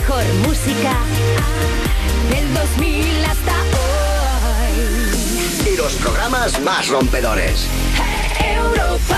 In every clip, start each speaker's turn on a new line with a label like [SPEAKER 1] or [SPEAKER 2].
[SPEAKER 1] mejor música del 2000 hasta hoy.
[SPEAKER 2] Y los programas más rompedores.
[SPEAKER 1] Europa.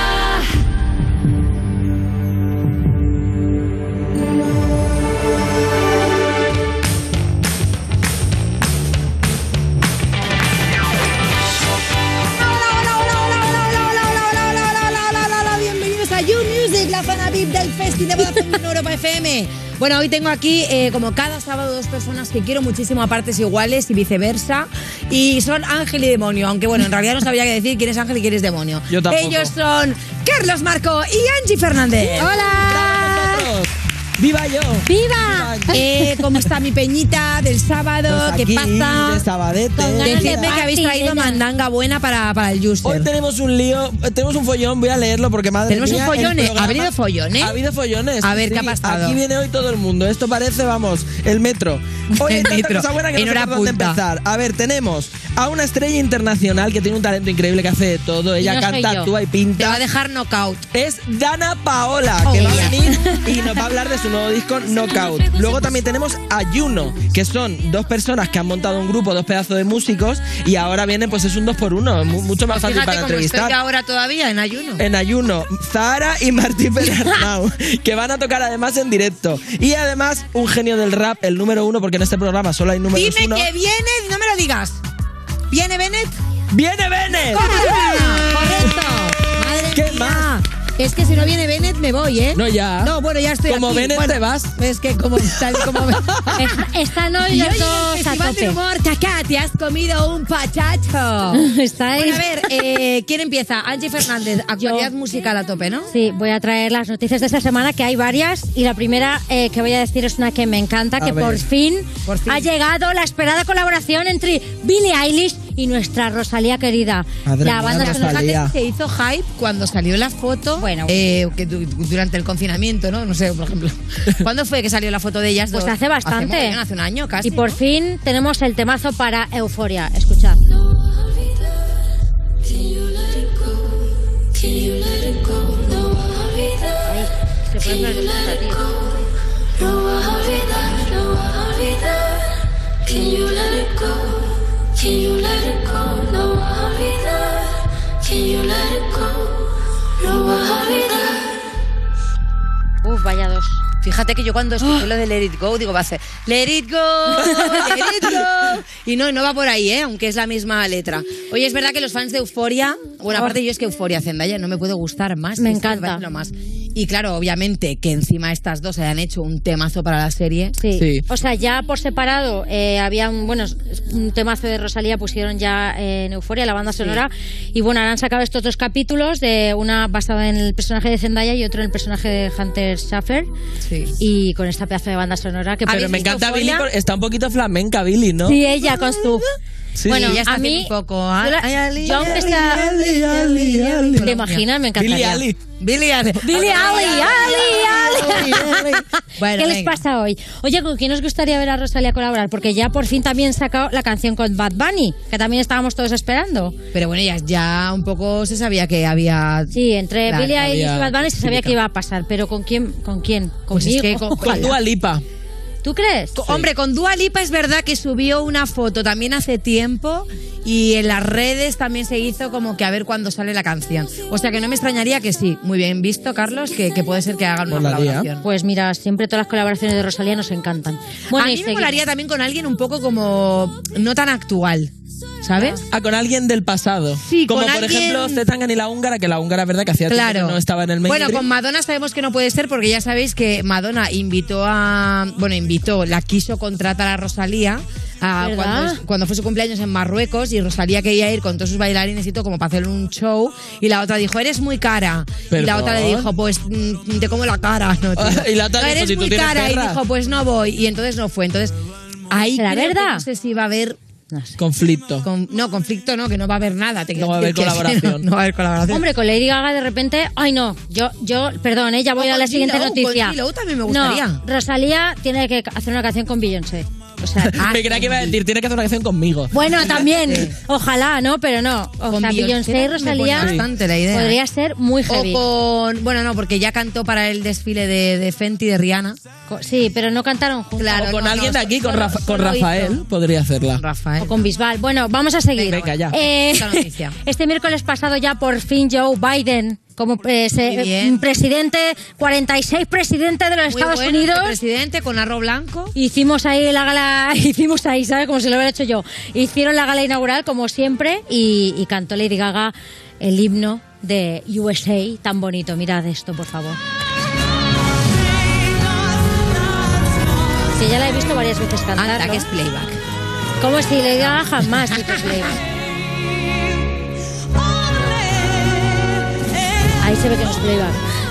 [SPEAKER 3] La zona VIP del Festival de Vodafone en Europa FM. Bueno, hoy tengo aquí, como cada sábado, dos personas que quiero muchísimo a partes iguales y viceversa. Y son Ángel y Demonio. Aunque, bueno, en realidad no sabía qué decir quién es Ángel y quién es Demonio.
[SPEAKER 4] Yo tampoco.
[SPEAKER 3] Ellos son Carlos Marco y Angie Fernández.
[SPEAKER 4] ¡Hola! ¡Viva yo!
[SPEAKER 3] ¡Viva! ¿Cómo está mi peñita del sábado?
[SPEAKER 4] Pues
[SPEAKER 3] ¿Qué
[SPEAKER 4] aquí,
[SPEAKER 3] pasa?
[SPEAKER 4] de sabadete.
[SPEAKER 3] Decidme que habéis traído mandanga buena para el user.
[SPEAKER 4] Hoy tenemos un lío, tenemos un follón, voy a leerlo porque madre
[SPEAKER 3] ¿Tenemos
[SPEAKER 4] mía,
[SPEAKER 3] un follón?
[SPEAKER 4] el programa-
[SPEAKER 3] ¿Ha habido follones?
[SPEAKER 4] Ha habido follones.
[SPEAKER 3] A ver,
[SPEAKER 4] sí,
[SPEAKER 3] ¿qué ha pasado?
[SPEAKER 4] Aquí viene hoy todo el mundo. Esto parece, vamos, el metro. Hoy hay
[SPEAKER 3] El
[SPEAKER 4] tanta
[SPEAKER 3] metro.
[SPEAKER 4] cosa buena que no
[SPEAKER 3] En
[SPEAKER 4] sé
[SPEAKER 3] hora
[SPEAKER 4] por dónde
[SPEAKER 3] punta.
[SPEAKER 4] empezar. A ver, tenemos a una estrella internacional que tiene un talento increíble, que hace de todo. Ella
[SPEAKER 5] no soy
[SPEAKER 4] canta,
[SPEAKER 5] yo.
[SPEAKER 4] actúa y
[SPEAKER 3] Te
[SPEAKER 4] pinta.
[SPEAKER 3] va a dejar knockout.
[SPEAKER 4] Es Dana Paola, que
[SPEAKER 3] Oh,
[SPEAKER 4] va a
[SPEAKER 3] yeah.
[SPEAKER 4] venir y nos va a hablar de su nuevo disco Knockout. Luego también tenemos a Juno, que son dos personas que han montado un grupo, dos pedazos de músicos, y ahora vienen, pues es un 2x1, mucho más fácil
[SPEAKER 3] Fíjate
[SPEAKER 4] para
[SPEAKER 3] cómo estoy
[SPEAKER 4] entrevistar.
[SPEAKER 3] yo ahora todavía en ayuno.
[SPEAKER 4] En ayuno, Zahara y Martí Pedernau, que van a tocar además en directo. Y además, un genio del rap, el número uno, porque en este programa solo hay números
[SPEAKER 3] Dime
[SPEAKER 4] uno.
[SPEAKER 3] que viene, no me lo digas. ¿Viene Bennett?
[SPEAKER 4] ¡Viene Bennett!
[SPEAKER 3] Correcto. Madre
[SPEAKER 4] ¿Qué
[SPEAKER 3] mía.
[SPEAKER 4] más?
[SPEAKER 3] Es que si no viene Bennett me voy, ¿eh?
[SPEAKER 4] No, ya.
[SPEAKER 3] No, bueno, ya estoy
[SPEAKER 4] Como
[SPEAKER 3] aquí.
[SPEAKER 4] Bennett
[SPEAKER 3] Bueno,
[SPEAKER 4] te vas.
[SPEAKER 3] Es que como tal como
[SPEAKER 5] Están hoy
[SPEAKER 3] Y
[SPEAKER 5] los
[SPEAKER 3] hoy en el
[SPEAKER 5] dos a
[SPEAKER 3] Festival del
[SPEAKER 5] tope.
[SPEAKER 3] Humor, Cacá, te has comido un pachacho.
[SPEAKER 5] Estáis...
[SPEAKER 3] Bueno, a ver, ¿quién empieza? Angie Fernández, actualidad musical a tope, ¿no?
[SPEAKER 5] Sí, voy a traer las noticias de esta semana, que hay varias. Y la primera que voy a decir es una que me encanta, que
[SPEAKER 4] ver.
[SPEAKER 5] por fin
[SPEAKER 3] Por fin.
[SPEAKER 5] ha llegado la esperada colaboración entre Billie Eilish y nuestra Rosalía querida.
[SPEAKER 4] Madre
[SPEAKER 5] la
[SPEAKER 4] mía,
[SPEAKER 5] banda
[SPEAKER 4] Rosalía.
[SPEAKER 5] sonora.
[SPEAKER 3] Se hizo hype cuando salió la foto,
[SPEAKER 5] Bueno.
[SPEAKER 3] que durante el confinamiento, ¿no? No sé, por ejemplo. ¿Cuándo fue que salió la foto de ellas
[SPEAKER 5] Pues
[SPEAKER 3] dos?
[SPEAKER 5] hace bastante.
[SPEAKER 3] mogollón, hace un año casi.
[SPEAKER 5] Y por
[SPEAKER 3] ¿no?
[SPEAKER 5] fin tenemos el temazo para Euforia. Escuchad. Ay, se puede poner de punta, tío. Uf, vaya dos.
[SPEAKER 3] Fíjate que yo cuando escuché lo de Let It Go, digo, va a ser Let It Go, Let It Go. Y no va por ahí, aunque es la misma letra. Oye, es verdad que los fans de Euforia, bueno, aparte yo es que Euforia, Zendaya, no me puede gustar más.
[SPEAKER 5] Me
[SPEAKER 3] es que
[SPEAKER 5] encanta.
[SPEAKER 3] parece lo más. Y claro, obviamente, que encima estas dos hayan hecho un temazo para la serie.
[SPEAKER 5] Sí.
[SPEAKER 4] Sí.
[SPEAKER 5] O sea, ya por separado había un temazo de Rosalía, pusieron ya en Euforia, la banda sonora. Y bueno, ahora han sacado estos dos capítulos, de una basada en el personaje de Zendaya y otro en el personaje de Hunter Schafer.
[SPEAKER 3] Sí.
[SPEAKER 5] Y con esta pedazo de banda sonora que
[SPEAKER 4] Pero me
[SPEAKER 3] visto
[SPEAKER 4] encanta
[SPEAKER 3] Euphoria?
[SPEAKER 4] Billy, está un poquito flamenca Billy, ¿no?
[SPEAKER 5] Sí, ella con su...
[SPEAKER 4] Sí.
[SPEAKER 5] Bueno,
[SPEAKER 3] Y ya está
[SPEAKER 5] a mí...
[SPEAKER 3] haciendo un poco.
[SPEAKER 5] yo aunque sea... ¿Te imaginas? Me
[SPEAKER 4] Billy
[SPEAKER 5] encantaría.
[SPEAKER 4] Ali.
[SPEAKER 3] Billy Ali.
[SPEAKER 5] Billy Ali.
[SPEAKER 3] Bueno,
[SPEAKER 5] ¿Qué les
[SPEAKER 3] venga.
[SPEAKER 5] pasa hoy? Oye, ¿con quién os gustaría ver a Rosalía colaborar? Porque ya por fin también sacado la canción con Bad Bunny, que también estábamos todos esperando.
[SPEAKER 3] Pero bueno, ya un poco se sabía que había...
[SPEAKER 5] Sí, entre
[SPEAKER 3] Claro,
[SPEAKER 5] Billie Eilish y
[SPEAKER 4] había
[SPEAKER 5] Bad Bunny se sabía
[SPEAKER 4] química.
[SPEAKER 5] que iba a pasar, pero ¿con quién? ¿Conmigo?
[SPEAKER 3] Pues es que
[SPEAKER 4] Con Dua Lipa.
[SPEAKER 5] ¿Tú crees?
[SPEAKER 3] Hombre, con Dua Lipa es verdad que subió una foto también hace tiempo y en las redes también se hizo como que a ver cuándo sale la canción. O sea que no me extrañaría que sí. Muy bien visto, Carlos, que puede ser que hagan una
[SPEAKER 4] Molaría.
[SPEAKER 3] colaboración.
[SPEAKER 5] Pues mira, siempre todas las colaboraciones de Rosalía nos encantan. Bueno,
[SPEAKER 3] a
[SPEAKER 5] y
[SPEAKER 3] mí me
[SPEAKER 5] seguimos.
[SPEAKER 3] molaría también con alguien un poco como no tan actual, ¿sabes?
[SPEAKER 4] Ah, con alguien del pasado.
[SPEAKER 3] Sí,
[SPEAKER 4] como
[SPEAKER 3] con
[SPEAKER 4] por
[SPEAKER 3] alguien-
[SPEAKER 4] ejemplo Zetangana y la húngara, que la húngara es verdad que hacía tiempo
[SPEAKER 3] Claro.
[SPEAKER 4] que no estaba en el
[SPEAKER 3] Bueno,
[SPEAKER 4] mainstream.
[SPEAKER 3] con Madonna sabemos que no puede ser porque ya sabéis que Madonna la quiso contratar a Rosalía
[SPEAKER 5] ¿Verdad?
[SPEAKER 3] cuando fue su cumpleaños en Marruecos y Rosalía quería ir con todos sus bailarines y todo como para hacer un show y la otra dijo, eres muy cara. Y la otra le dijo, pues te como la cara. No, tío.
[SPEAKER 4] Y la otra
[SPEAKER 3] No,
[SPEAKER 4] dijo,
[SPEAKER 3] eres
[SPEAKER 4] si tú
[SPEAKER 3] muy
[SPEAKER 4] tienes
[SPEAKER 3] cara.
[SPEAKER 4] perra.
[SPEAKER 3] Y dijo, pues no voy. Y entonces no fue. Entonces ahí
[SPEAKER 5] ¿Será
[SPEAKER 3] creo que
[SPEAKER 5] verdad?
[SPEAKER 3] no sé si va a haber...
[SPEAKER 4] Conflicto.
[SPEAKER 3] conflicto no, que no va a haber nada.
[SPEAKER 4] No va a haber colaboración.
[SPEAKER 3] No va a haber colaboración.
[SPEAKER 5] Hombre, con Lady Gaga de repente... Ay, no. Yo perdón, ya voy
[SPEAKER 3] O
[SPEAKER 5] a la
[SPEAKER 3] con
[SPEAKER 5] siguiente
[SPEAKER 3] J-Lo,
[SPEAKER 5] noticia.
[SPEAKER 3] con J-Lo también me gustaría.
[SPEAKER 5] No, Rosalía tiene que hacer una canción con Beyoncé. O sea,
[SPEAKER 4] Me creía que iba a decir, tiene que hacer una canción conmigo.
[SPEAKER 5] bueno, también, ojalá, ¿no? Pero no. O
[SPEAKER 3] Con
[SPEAKER 5] sea, Beyoncé y Rosalía
[SPEAKER 3] me pone bastante la idea.
[SPEAKER 5] podría ser muy heavy.
[SPEAKER 3] O con... Bueno, no, porque ya cantó para el desfile de Fenty de Rihanna.
[SPEAKER 5] Sí, pero no cantaron juntos.
[SPEAKER 3] Claro,
[SPEAKER 4] O con
[SPEAKER 3] no,
[SPEAKER 4] alguien
[SPEAKER 3] no,
[SPEAKER 4] de aquí, con,
[SPEAKER 3] solo-
[SPEAKER 4] con
[SPEAKER 3] solo
[SPEAKER 4] Rafael,
[SPEAKER 3] hizo.
[SPEAKER 4] podría hacerla.
[SPEAKER 3] Rafael.
[SPEAKER 5] O con Bisbal. Bueno, vamos a seguir.
[SPEAKER 4] Venga, ya.
[SPEAKER 3] Esta noticia.
[SPEAKER 5] Este miércoles pasado ya por fin Joe Biden, como
[SPEAKER 3] bien.
[SPEAKER 5] presidente, 46 presidente de los
[SPEAKER 3] Muy
[SPEAKER 5] Estados
[SPEAKER 3] bueno,
[SPEAKER 5] Unidos.
[SPEAKER 3] este presidente con arroz blanco.
[SPEAKER 5] Hicimos ahí la gala, ¿sabes? Como si lo hubiera hecho yo. Hicieron la gala inaugural, como siempre, y cantó Lady Gaga el himno de USA, tan bonito. Mirad esto, por favor. Que ya la he visto varias veces cantar,
[SPEAKER 3] Anda,
[SPEAKER 5] ¿no?
[SPEAKER 3] que es playback.
[SPEAKER 5] Como si Lady Gaga jamás hizo playback. Ahí se ve que no es playback.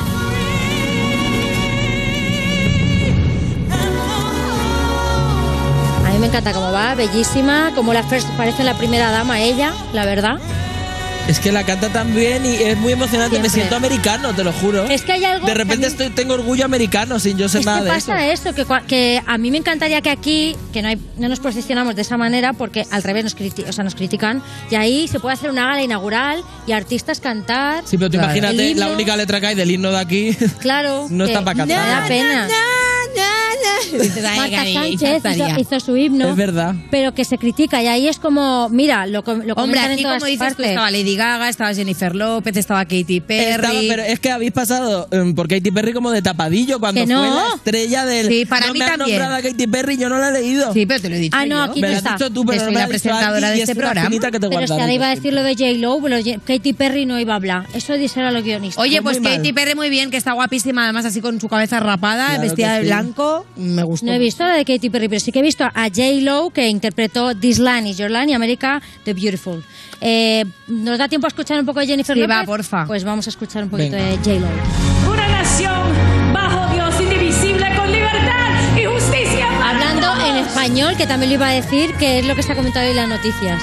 [SPEAKER 5] A mí me encanta cómo va, bellísima, como parece la primera dama ella, la verdad.
[SPEAKER 4] Es que la canta tan bien y es muy emocionante.
[SPEAKER 5] Siempre.
[SPEAKER 4] Me siento americano, te lo juro.
[SPEAKER 5] Es que hay algo...
[SPEAKER 4] De repente
[SPEAKER 5] que a mí-
[SPEAKER 4] tengo orgullo americano sin yo ser
[SPEAKER 5] Es
[SPEAKER 4] nada
[SPEAKER 5] que
[SPEAKER 4] de eso.
[SPEAKER 5] pasa eso, que a mí me encantaría que aquí, que no nos posicionamos de esa manera, porque al revés nos critican, y ahí se puede hacer una gala inaugural y artistas cantar.
[SPEAKER 4] Sí, pero tú
[SPEAKER 3] Claro.
[SPEAKER 4] imagínate,
[SPEAKER 5] El
[SPEAKER 4] la
[SPEAKER 5] himno.
[SPEAKER 4] única letra que hay del himno de aquí.
[SPEAKER 5] Claro,
[SPEAKER 4] No
[SPEAKER 5] que
[SPEAKER 4] está para cantar.
[SPEAKER 5] me da pena. Marta Sánchez hizo su himno,
[SPEAKER 4] Es verdad.
[SPEAKER 5] pero que se critica, y ahí es como, mira, lo
[SPEAKER 3] Hombre,
[SPEAKER 5] comentan
[SPEAKER 3] aquí
[SPEAKER 5] en todas
[SPEAKER 3] como dices tú,
[SPEAKER 5] partes.
[SPEAKER 3] estaba Lady Gaga, estaba Jennifer López, estaba Katy Perry.
[SPEAKER 4] Estaba, pero es que habéis pasado por Katy Perry como de tapadillo cuando
[SPEAKER 5] Que no.
[SPEAKER 4] fue la estrella del...
[SPEAKER 3] Sí, para
[SPEAKER 4] no
[SPEAKER 3] mí
[SPEAKER 4] me has
[SPEAKER 3] también.
[SPEAKER 4] nombrado a Katy Perry, yo no la he leído.
[SPEAKER 3] Sí, pero te lo he dicho
[SPEAKER 5] Ah, no,
[SPEAKER 3] yo.
[SPEAKER 5] aquí
[SPEAKER 4] me
[SPEAKER 5] no
[SPEAKER 4] lo
[SPEAKER 5] está.
[SPEAKER 4] has dicho tú, pero
[SPEAKER 3] Que
[SPEAKER 4] no
[SPEAKER 3] soy
[SPEAKER 4] me
[SPEAKER 3] la
[SPEAKER 4] lo has dicho
[SPEAKER 3] presentadora
[SPEAKER 4] a ti,
[SPEAKER 3] de
[SPEAKER 4] y
[SPEAKER 3] este
[SPEAKER 4] es una
[SPEAKER 3] programa.
[SPEAKER 4] finita que te
[SPEAKER 5] Pero es que
[SPEAKER 4] guardaré
[SPEAKER 5] ahora iba a
[SPEAKER 4] por
[SPEAKER 5] decir lo de J-Lo, pero Katy Perry no iba a hablar. Eso díselo a los guionistas.
[SPEAKER 3] Oye, pues
[SPEAKER 4] muy mal.
[SPEAKER 3] Katy Perry muy bien, que está guapísima, además así con su cabeza rapada,
[SPEAKER 4] Claro
[SPEAKER 3] vestida
[SPEAKER 4] que
[SPEAKER 3] de
[SPEAKER 4] sí.
[SPEAKER 3] blanco. Me gustó.
[SPEAKER 5] No he visto la de Katy Perry, pero sí que he visto a J-Lo, que interpretó This Land is Your Land y America the Beautiful. ¿Nos da tiempo a escuchar un poco de Jennifer
[SPEAKER 3] Sí,
[SPEAKER 5] López?
[SPEAKER 3] va, porfa.
[SPEAKER 5] Pues vamos a escuchar un poquito
[SPEAKER 4] Venga.
[SPEAKER 5] de J-Lo.
[SPEAKER 6] Una nación bajo Dios indivisible con libertad y justicia. para
[SPEAKER 5] Hablando
[SPEAKER 6] todos.
[SPEAKER 5] en español, que también lo iba a decir, que es lo que se ha comentado hoy en las noticias.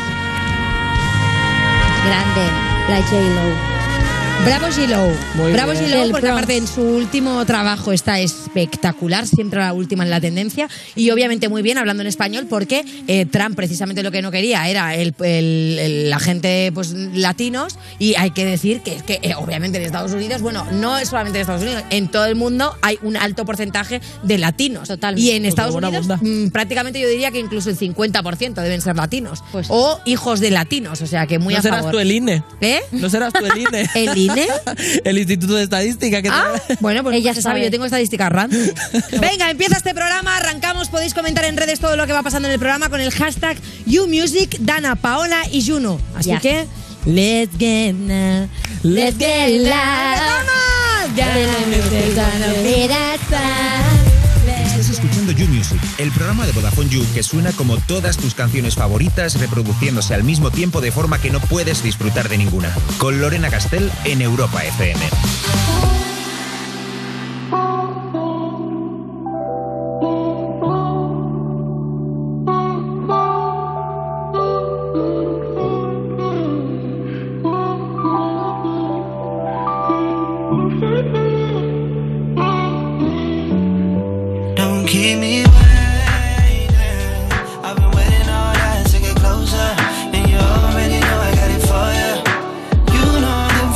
[SPEAKER 5] Grande, la J-Lo.
[SPEAKER 3] Bravo J-Lo.
[SPEAKER 4] Muy
[SPEAKER 3] Bravo
[SPEAKER 4] bien.
[SPEAKER 3] J-Lo,
[SPEAKER 5] Del
[SPEAKER 3] porque
[SPEAKER 5] Bronx.
[SPEAKER 3] aparte en su último trabajo está espectacular, siempre la última en la tendencia, y obviamente muy bien hablando en español, porque Trump precisamente lo que no quería era la gente pues latinos, y hay que decir que es que obviamente en Estados Unidos, bueno, no es solamente en Estados Unidos, en todo el mundo hay un alto porcentaje de latinos.
[SPEAKER 5] Totalmente.
[SPEAKER 3] Y en Estados
[SPEAKER 4] buena
[SPEAKER 3] Unidos
[SPEAKER 4] bunda.
[SPEAKER 3] prácticamente yo diría que incluso el 50% deben ser latinos.
[SPEAKER 5] Pues-
[SPEAKER 3] o hijos de latinos, o sea que muy
[SPEAKER 4] ¿No
[SPEAKER 3] a
[SPEAKER 4] serás
[SPEAKER 3] favor.
[SPEAKER 4] tú el INE?
[SPEAKER 3] ¿Eh?
[SPEAKER 4] ¿No serás tú el INE?
[SPEAKER 3] ¿El INE?
[SPEAKER 4] El Instituto de Estadística. Que
[SPEAKER 3] Ah, bueno, pues
[SPEAKER 5] Ella
[SPEAKER 3] se
[SPEAKER 5] sabe.
[SPEAKER 3] sabe, yo tengo estadísticas random. Venga, empieza este programa, arrancamos, podéis comentar en redes todo lo que va pasando en el programa con el hashtag YouMusic, Dana, Paola y Juno. Así
[SPEAKER 5] Ya.
[SPEAKER 3] que, let's get now, let's get loud. ¡Vamos! Ya.
[SPEAKER 7] Estás escuchando You Music, el programa de Vodafone You que suena como todas tus canciones favoritas reproduciéndose al mismo tiempo de forma que no puedes disfrutar de ninguna. Con Lorena Castell en Europa FM.
[SPEAKER 8] Don't keep me waiting. I've been waiting all night to get closer, and you already know I got it for you. You know them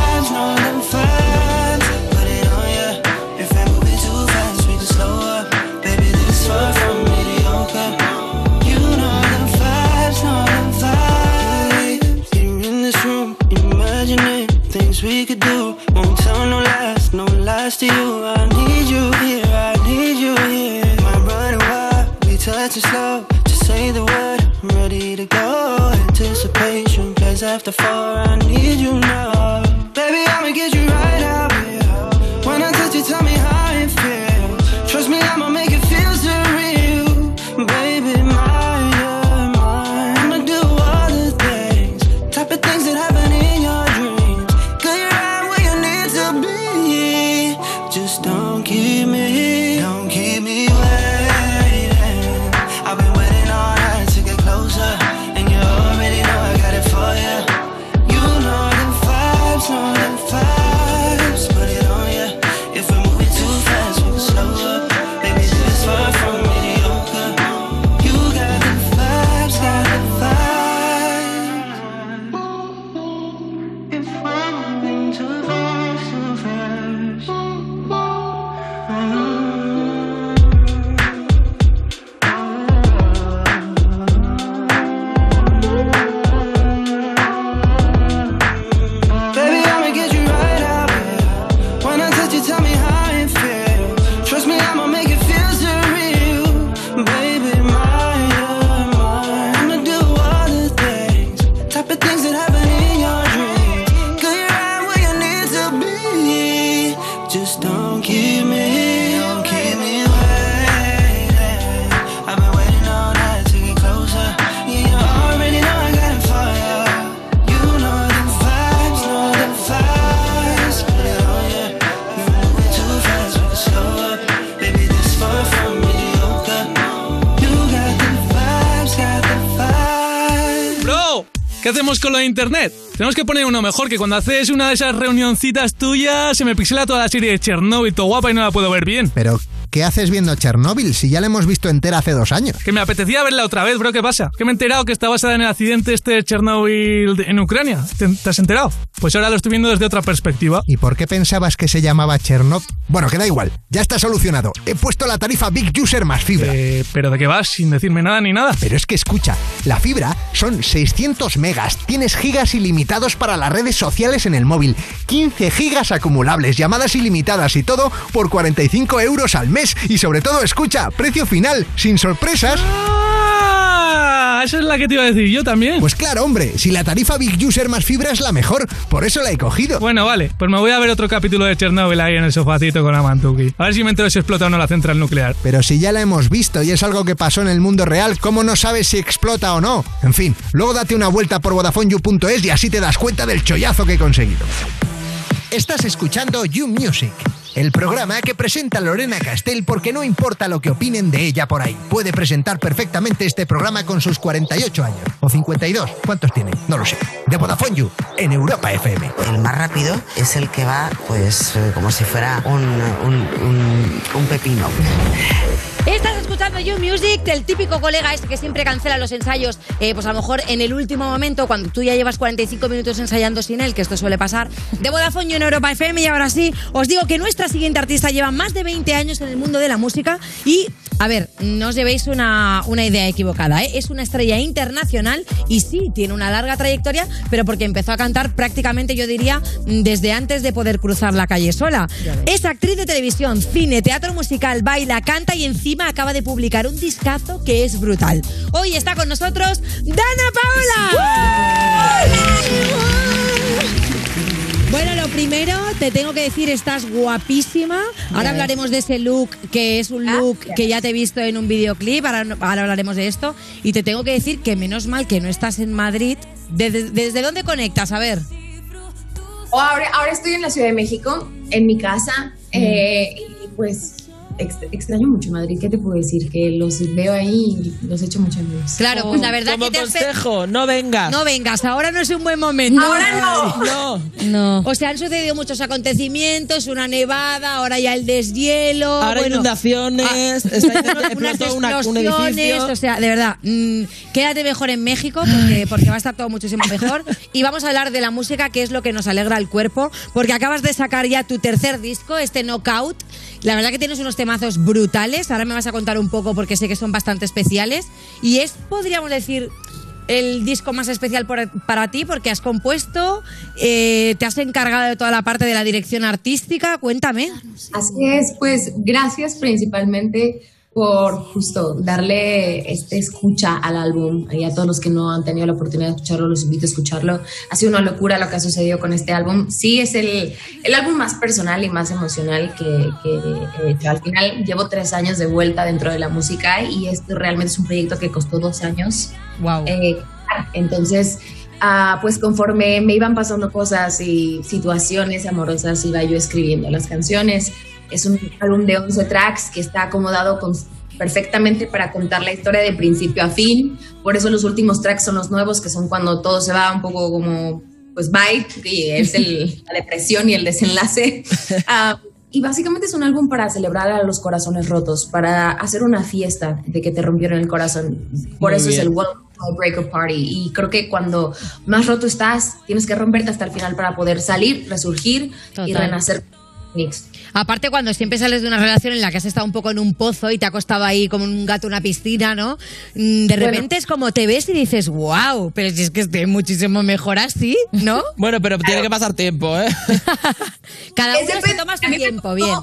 [SPEAKER 8] vibes, put it on ya. If I move it too fast, we can slow up. Baby, this far from mediocre. You know them vibes, You're in this room, imagining things we could do. Won't tell no lies to you. I need you here, Might run wild, we touch it slow. Just say the word, I'm ready to go. Anticipation, plays after 4. I need you now. Baby, I'ma get you right out here. When I touch you, tell me how it feels. Trust me, I'ma make it feel surreal. Baby, mine. I'ma do all the things, type of things that happen in your dreams. Girl, you're right where you need to be. Just don't keep me waiting. I've been waiting all night to get closer, and you already know I got it for you. You know them vibes, put it on ya. If we move it too fast, we can slow up. Baby, this far from mediocre. You
[SPEAKER 9] ¿Qué hacemos con lo de internet? Tenemos que poner uno mejor, que cuando haces una de esas reunioncitas tuyas se me pixela toda la serie de Chernobyl, todo guapa, y no la puedo ver bien.
[SPEAKER 10] Pero, ¿qué haces viendo Chernobyl si ya la hemos visto entera hace 2 años?
[SPEAKER 9] Que me apetecía verla otra vez, bro, ¿qué pasa? Que me he enterado que está basada en el accidente de Chernobyl en Ucrania. ¿Te has enterado? Pues ahora lo estoy viendo desde otra perspectiva.
[SPEAKER 10] ¿Y por qué pensabas que se llamaba Chernobyl? Bueno, que da igual, ya está solucionado. He puesto la tarifa Big User más fibra.
[SPEAKER 9] ¿Pero de qué vas? Sin decirme nada ni nada.
[SPEAKER 10] Pero es que escucha, la fibra son 600 megas, tienes gigas ilimitados para las redes sociales en el móvil, 15 gigas acumulables, llamadas ilimitadas y todo por 45 euros al mes. Y sobre todo, escucha, precio final, sin sorpresas.
[SPEAKER 9] Esa es la que te iba a decir yo también.
[SPEAKER 10] Pues claro, hombre, si la tarifa Big User más fibra es la mejor, por eso la he cogido.
[SPEAKER 9] Bueno, vale, pues me voy a ver otro capítulo de Chernobyl ahí en el sofacito con la Mantuki. A ver si me entero si explota o no la central nuclear.
[SPEAKER 10] Pero si ya la hemos visto y es algo que pasó en el mundo real, ¿cómo no sabes si explota o no? En fin, luego date una vuelta por VodafoneYou.es y así te das cuenta del chollazo que he conseguido. Estás escuchando You Music, el programa que presenta Lorena Castell porque no importa lo que opinen de ella por ahí. Puede presentar perfectamente este programa con sus 48 años. O 52. ¿Cuántos tiene? No lo sé. De Vodafone You, en Europa FM.
[SPEAKER 11] El más rápido es el que va, pues, como si fuera un pepino.
[SPEAKER 3] Estás escuchando You Music, del típico colega ese que siempre cancela los ensayos, pues a lo mejor en el último momento, cuando tú ya llevas 45 minutos ensayando sin él, que esto suele pasar, de Vodafone You en Europa FM. Y ahora sí, os digo que nuestra siguiente artista lleva más de 20 años en el mundo de la música y, a ver, no os llevéis una idea equivocada, ¿eh? Es una estrella internacional y sí, tiene una larga trayectoria, pero porque empezó a cantar prácticamente, yo diría, desde antes de poder cruzar la calle sola. Es actriz de televisión, cine, teatro musical, baila, canta y encima acaba de publicar un discazo que es brutal. Hoy está con nosotros Dana Paola. Bueno, lo primero, te tengo que decir, estás guapísima. Ahora hablaremos de ese look, que es un look que ya te he visto en un videoclip. Ahora hablaremos de esto. Y te tengo que decir que menos mal que no estás en Madrid. ¿Desde dónde conectas? A ver.
[SPEAKER 12] Ahora estoy en la Ciudad de México, en mi casa. Y pues extraño mucho Madrid. ¿Qué te puedo decir? Que los veo ahí y los echo mucho amigos.
[SPEAKER 3] Claro, pues la verdad
[SPEAKER 4] como
[SPEAKER 3] que
[SPEAKER 4] consejo, no vengas.
[SPEAKER 3] No vengas, ahora no es un buen momento.
[SPEAKER 12] Ahora
[SPEAKER 3] no. O sea, han sucedido muchos acontecimientos, una nevada, ahora ya el deshielo.
[SPEAKER 4] Ahora inundaciones,
[SPEAKER 3] unas explosiones, o sea, de verdad, quédate mejor en México porque va a estar todo muchísimo mejor. Y vamos a hablar de la música, que es lo que nos alegra el cuerpo, porque acabas de sacar ya tu tercer disco, Knockout. La verdad que tienes unos temazos brutales. Ahora me vas a contar un poco porque sé que son bastante especiales. Y es, podríamos decir, el disco más especial para ti porque has compuesto, te has encargado de toda la parte de la dirección artística. Cuéntame.
[SPEAKER 12] Así es, pues gracias principalmente por justo darle escucha al álbum, y a todos los que no han tenido la oportunidad de escucharlo, los invito a escucharlo. Ha sido una locura lo que ha sucedido con este álbum. Sí, es el álbum más personal y más emocional que he hecho. Al final llevo 3 años de vuelta dentro de la música y esto realmente es un proyecto que costó 12 años.
[SPEAKER 3] Wow.
[SPEAKER 12] Entonces, pues conforme me iban pasando cosas y situaciones amorosas, iba yo escribiendo las canciones. Es un álbum de 11 tracks que está acomodado perfectamente para contar la historia de principio a fin. Por eso los últimos tracks son los nuevos, que son cuando todo se va un poco como, pues, bye, y es la depresión y el desenlace. Y básicamente es un álbum para celebrar a los corazones rotos, para hacer una fiesta de que te rompieron el corazón. Por eso es el Welcome to my Breakup Party. Y creo que cuando más roto estás, tienes que romperte hasta el final para poder salir, resurgir y renacer.
[SPEAKER 3] Aparte, cuando siempre sales de una relación en la que has estado un poco en un pozo y te ha costado ahí como un gato en una piscina, ¿no? De repente es como te ves y dices, wow, pero si es que estoy muchísimo mejor así, ¿no?
[SPEAKER 4] Bueno, pero tiene que pasar tiempo, ¿eh?
[SPEAKER 3] Cada uno se toma su tiempo, bien.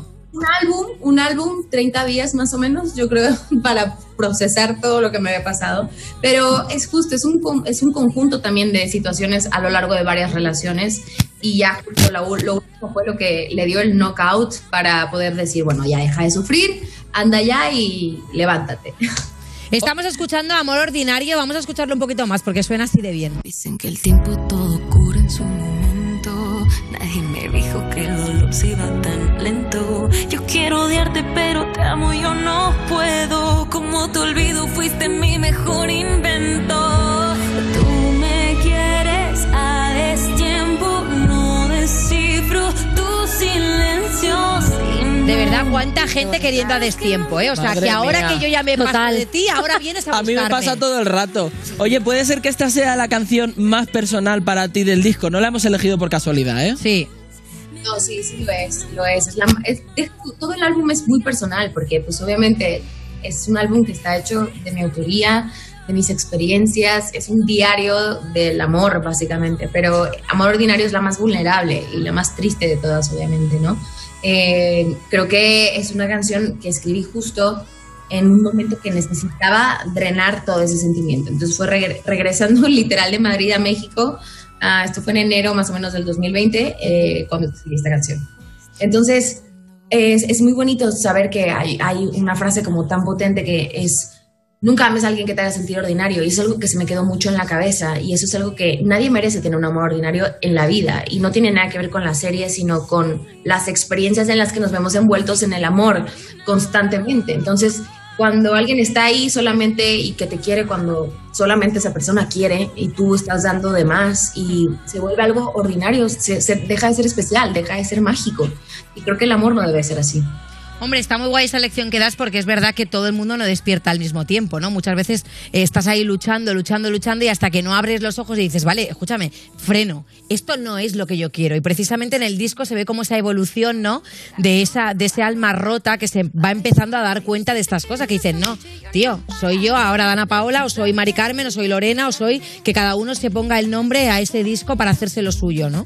[SPEAKER 12] Un álbum, 30 días más o menos, yo creo, para procesar todo lo que me había pasado. Pero es justo, es un conjunto también de situaciones a lo largo de varias relaciones. Y ya lo último fue lo que le dio el knockout para poder decir, bueno, ya deja de sufrir, anda ya y levántate.
[SPEAKER 3] Estamos escuchando Amor Ordinario, vamos a escucharlo un poquito más porque suena así de bien.
[SPEAKER 13] Dicen que el tiempo todo cura en su momento, nadie me dijo que el dolor se iba tan lento. Yo quiero odiarte pero te amo, yo no puedo. Como te olvido, fuiste mi mejor invento. Tú me quieres
[SPEAKER 3] De verdad, cuánta gente queriendo a destiempo, ¿eh? O sea,
[SPEAKER 4] Madre
[SPEAKER 3] que ahora
[SPEAKER 4] mía.
[SPEAKER 3] que yo ya me paso de ti, ahora vienes a
[SPEAKER 4] A mí me
[SPEAKER 3] buscarme.
[SPEAKER 4] pasa todo el rato. Oye, puede ser que esta sea la canción más personal para ti del disco. No la hemos elegido por casualidad, ¿eh?
[SPEAKER 3] Sí.
[SPEAKER 12] No, sí lo es. Todo el álbum es muy personal porque pues obviamente es un álbum que está hecho de mi autoría, de mis experiencias, es un diario del amor básicamente, pero Amor Ordinario es la más vulnerable y la más triste de todas obviamente, ¿no? Creo que es una canción que escribí justo en un momento que necesitaba drenar todo ese sentimiento, entonces fue regresando literal de Madrid a México. Esto fue en enero más o menos del 2020 cuando escribí esta canción. Entonces es muy bonito saber que hay una frase como tan potente que es: nunca ames a alguien que te haga sentir ordinario, y es algo que se me quedó mucho en la cabeza, y eso es algo que nadie merece tener un amor ordinario en la vida, y no tiene nada que ver con la serie, sino con las experiencias en las que nos vemos envueltos en el amor constantemente. Entonces, cuando alguien está ahí solamente y que te quiere cuando solamente esa persona quiere y tú estás dando de más y se vuelve algo ordinario, se deja de ser especial, deja de ser mágico, y creo que el amor no debe ser así.
[SPEAKER 3] Hombre, está muy guay esa lección que das porque es verdad que todo el mundo no despierta al mismo tiempo, ¿no? Muchas veces estás ahí luchando y hasta que no abres los ojos y dices, vale, escúchame, freno, esto no es lo que yo quiero. Y precisamente en el disco se ve como esa evolución, ¿no? De ese alma rota que se va empezando a dar cuenta de estas cosas, que dicen, no, tío, soy yo ahora Dana Paola, o soy Mari Carmen, o soy Lorena, o soy... Que cada uno se ponga el nombre a ese disco para hacerse lo suyo, ¿no?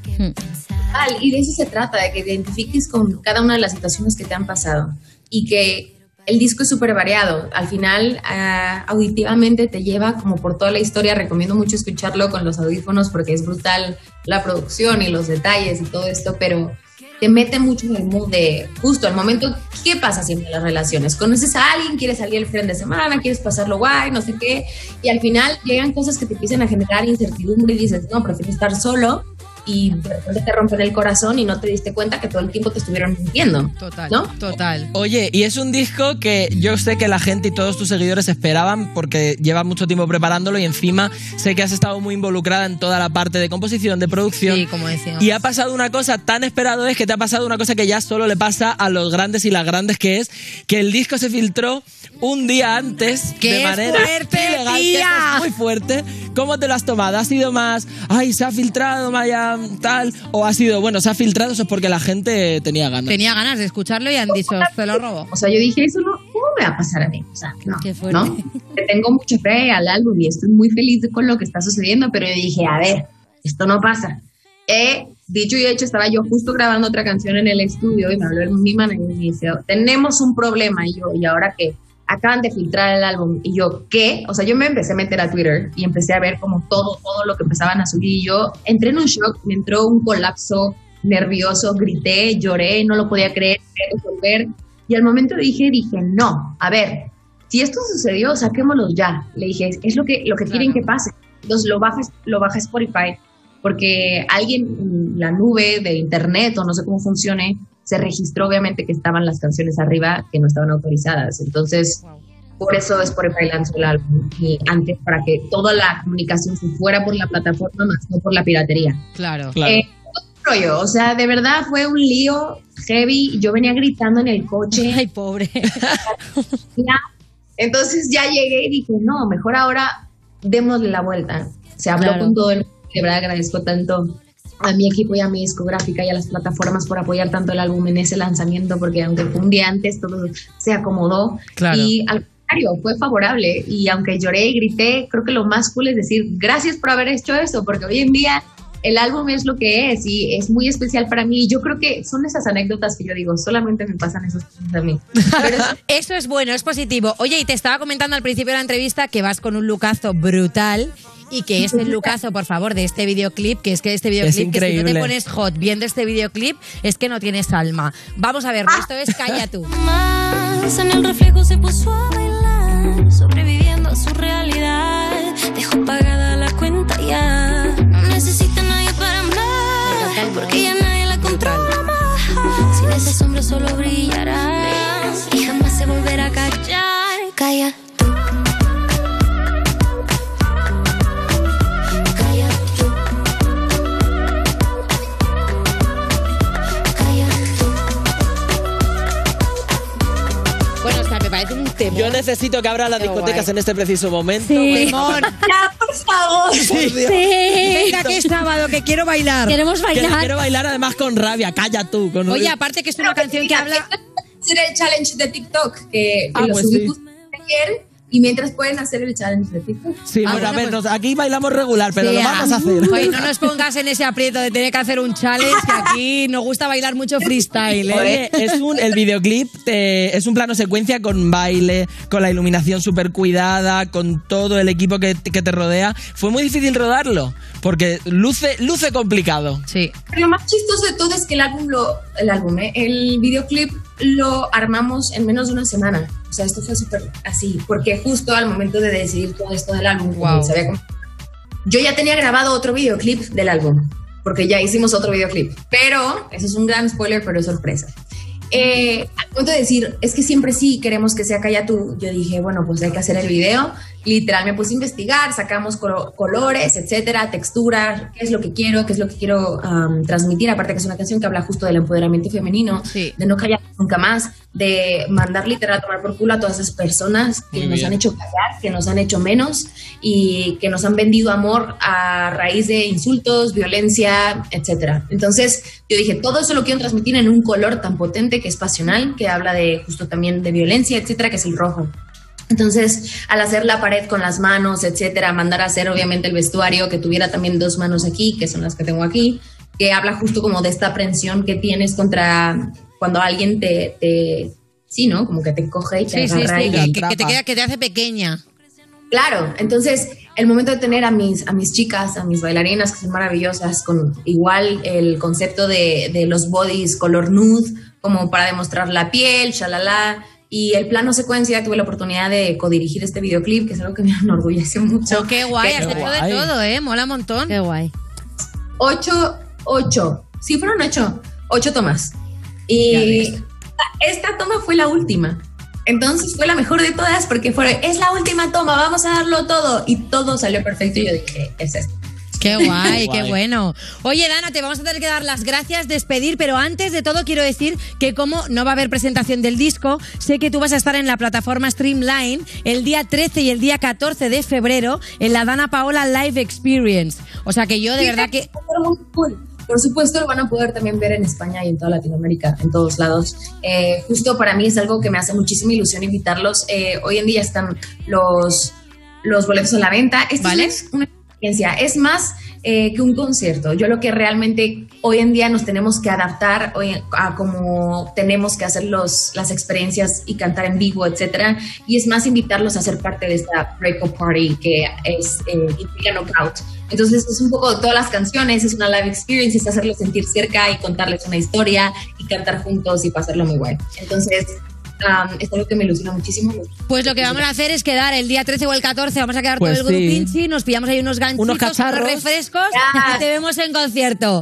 [SPEAKER 12] Y de eso se trata, de que te identifiques con cada una de las situaciones que te han pasado y que el disco es súper variado. Al final, auditivamente te lleva como por toda la historia. Recomiendo mucho escucharlo con los audífonos porque es brutal la producción y los detalles y todo esto, pero te mete mucho en el mood de justo el momento. ¿Qué pasa siempre en las relaciones? Conoces a alguien, quieres salir el fin de semana, quieres pasarlo guay, no sé qué, y al final llegan cosas que te empiezan a generar incertidumbre y dices, no, prefiero estar solo, y de repente te rompen el corazón y no te diste cuenta que todo el tiempo te estuvieron mintiendo.
[SPEAKER 3] Total,
[SPEAKER 12] ¿no?
[SPEAKER 3] Total.
[SPEAKER 4] Oye, y es un disco que yo sé que la gente y todos tus seguidores esperaban porque llevas mucho tiempo preparándolo y encima sé que has estado muy involucrada en toda la parte de composición, de producción.
[SPEAKER 3] Sí, como decíamos.
[SPEAKER 4] Y ha pasado una cosa tan esperado, es que te ha pasado una cosa que ya solo le pasa a los grandes y las grandes, que es que el disco se filtró un día antes de manera ilegal, que esto es muy fuerte. ¿Cómo te lo has tomado? ¿Ha sido más, ay, se ha filtrado, vaya, tal? ¿O ha sido, bueno, se ha filtrado, eso es porque la gente tenía ganas?
[SPEAKER 3] Tenía ganas de escucharlo y han dicho, se lo robo.
[SPEAKER 12] O sea, yo dije, eso no, ¿cómo me va a pasar a mí? O sea, no,
[SPEAKER 3] Qué fuerte.
[SPEAKER 12] ¿no? Tengo mucha fe al álbum y estoy muy feliz con lo que está sucediendo, pero yo dije, a ver, esto no pasa. Dicho y hecho, estaba yo justo grabando otra canción en el estudio y me habló mi manager y me dice, tenemos un problema. Y yo, ¿y ahora qué? Acaban de filtrar el álbum. Y yo, ¿qué? O sea, yo me empecé a meter a Twitter y empecé a ver como todo lo que empezaban a subir. Y yo entré en un shock, me entró un colapso nervioso, grité, lloré, no lo podía creer, quería resolver. Y al momento dije, no, a ver, si esto sucedió, saquémoslo ya. Le dije, es lo que quieren que pase. Entonces lo baja Spotify, porque alguien en la nube de internet o no sé cómo funcione, se registró obviamente que estaban las canciones arriba que no estaban autorizadas. Entonces, por eso Spotify lanzó el álbum y antes, para que toda la comunicación se fuera por la plataforma más no por la piratería.
[SPEAKER 3] Claro.
[SPEAKER 12] Rollo, o sea, de verdad fue un lío heavy. Yo venía gritando en el coche.
[SPEAKER 3] Ay, pobre.
[SPEAKER 12] Entonces ya llegué y dije, no, mejor ahora démosle la vuelta. Se habló con todo el mundo. De verdad agradezco tanto a mi equipo y a mi discográfica y a las plataformas por apoyar tanto el álbum en ese lanzamiento, porque aunque fue un día antes, todo se acomodó.
[SPEAKER 3] Claro.
[SPEAKER 12] Y al contrario, fue favorable. Y aunque lloré y grité, creo que lo más cool es decir, gracias por haber hecho eso, porque hoy en día el álbum es lo que es y es muy especial para mí. Y yo creo que son esas anécdotas que yo digo, solamente me pasan esas cosas a mí. Pero
[SPEAKER 3] eso es bueno, es positivo. Oye, y te estaba comentando al principio de la entrevista que vas con un lookazo brutal. Y que es el lookazo, por favor, de este videoclip, que es que este videoclip, que si no te pones hot viendo este videoclip, es que no tienes alma. Vamos a verlo, esto es Calla tú.
[SPEAKER 13] Más en el reflejo se puso a bailar, sobreviviendo a su realidad. Dejó pagada la cuenta ya, no necesita nadie para amar, porque ya nadie la controla más. Sin ese sombra solo brillará y jamás se volverá a callar. Calla.
[SPEAKER 4] Yo necesito que abran las discotecas en este preciso momento.
[SPEAKER 5] Sí.
[SPEAKER 12] Ya, por favor.
[SPEAKER 3] Sí. Venga, que es sábado, que quiero bailar.
[SPEAKER 5] Queremos bailar.
[SPEAKER 4] Quiero bailar además con rabia. Calla tú.
[SPEAKER 3] Oye, aparte que es una canción que habla...
[SPEAKER 12] Hacer el challenge de TikTok, que lo
[SPEAKER 4] pues
[SPEAKER 12] subí ayer, y mientras pueden hacer el challenge de TikTok.
[SPEAKER 4] Sí, bueno, a ver, aquí bailamos regular, pero lo vamos a hacer.
[SPEAKER 3] Oye, no nos pongas en ese aprieto de tener que hacer un challenge, que aquí nos gusta bailar mucho freestyle, ¿eh?
[SPEAKER 4] Oye, el videoclip es un plano secuencia con baile, con la iluminación súper cuidada, con todo el equipo que te rodea. Fue muy difícil rodarlo, porque luce complicado.
[SPEAKER 3] Sí.
[SPEAKER 12] Pero lo más chistoso de todo es que el videoclip lo armamos en menos de una semana. O sea, esto fue súper así, porque justo al momento de decidir todo esto del álbum, yo ya tenía grabado otro videoclip del álbum, porque ya hicimos otro videoclip, pero eso es un gran spoiler, pero es sorpresa. Al momento de decir, es que siempre sí queremos que sea Calla Tú, yo dije, bueno, pues hay que hacer el video. Literal, me puse a investigar, sacamos colores, etcétera, textura, qué es lo que quiero transmitir. Aparte que es una canción que habla justo del empoderamiento femenino, de no callar nunca más, de mandar literal a tomar por culo a todas esas personas que nos han hecho callar, que nos han hecho menos y que nos han vendido amor a raíz de insultos, violencia, etcétera. Entonces yo dije, todo eso lo quiero transmitir en un color tan potente que es pasional, que habla de justo también de violencia, etcétera, que es el rojo. Entonces, al hacer la pared con las manos, etcétera, mandar a hacer obviamente el vestuario que tuviera también 2 manos aquí, que son las que tengo aquí, que habla justo como de esta aprensión que tienes contra cuando alguien sí, ¿no? Como que te coge y te agarra y
[SPEAKER 3] que te hace pequeña.
[SPEAKER 12] Claro, entonces el momento de tener a mis chicas, a mis bailarinas que son maravillosas, con igual el concepto de los bodies color nude, como para demostrar la piel, shalala. Y el plano secuencia, tuve la oportunidad de codirigir este videoclip, que es algo que me enorgullece mucho.
[SPEAKER 3] Qué guay, has hecho de todo, mola un montón.
[SPEAKER 5] Qué guay.
[SPEAKER 12] 8, sí, fueron 8 tomas. Y esta toma fue la última. Entonces fue la mejor de todas porque es la última toma, vamos a darlo todo. Y todo salió perfecto y yo dije, es esto.
[SPEAKER 3] Qué guay, qué bueno. Oye, Dana, te vamos a tener que dar las gracias, despedir, pero antes de todo quiero decir que como no va a haber presentación del disco, sé que tú vas a estar en la plataforma Streamline el día 13 y el día 14 de febrero en la Dana Paola Live Experience. O sea que yo de verdad que...
[SPEAKER 12] Muy cool. Por supuesto lo van a poder también ver en España y en toda Latinoamérica, en todos lados. Justo para mí es algo que me hace muchísima ilusión invitarlos. Hoy en día están los boletos a la venta. Esta es una experiencia, es más que un concierto. Yo lo que realmente hoy en día nos tenemos que adaptar a cómo tenemos que hacer las experiencias y cantar en vivo, etcétera. Y es más invitarlos a ser parte de esta breakup party que es implica Knockout. Entonces es un poco de todas las canciones, es una live experience, es hacerlos sentir cerca y contarles una historia y cantar juntos y pasarlo muy guay. Entonces es algo que me ilusiona muchísimo.
[SPEAKER 3] Pues lo que vamos a hacer es quedar el día 13 o el 14, vamos a quedar todo el grupo Pinchi, nos pillamos ahí unos ganchitos, unos refrescos y te vemos en concierto.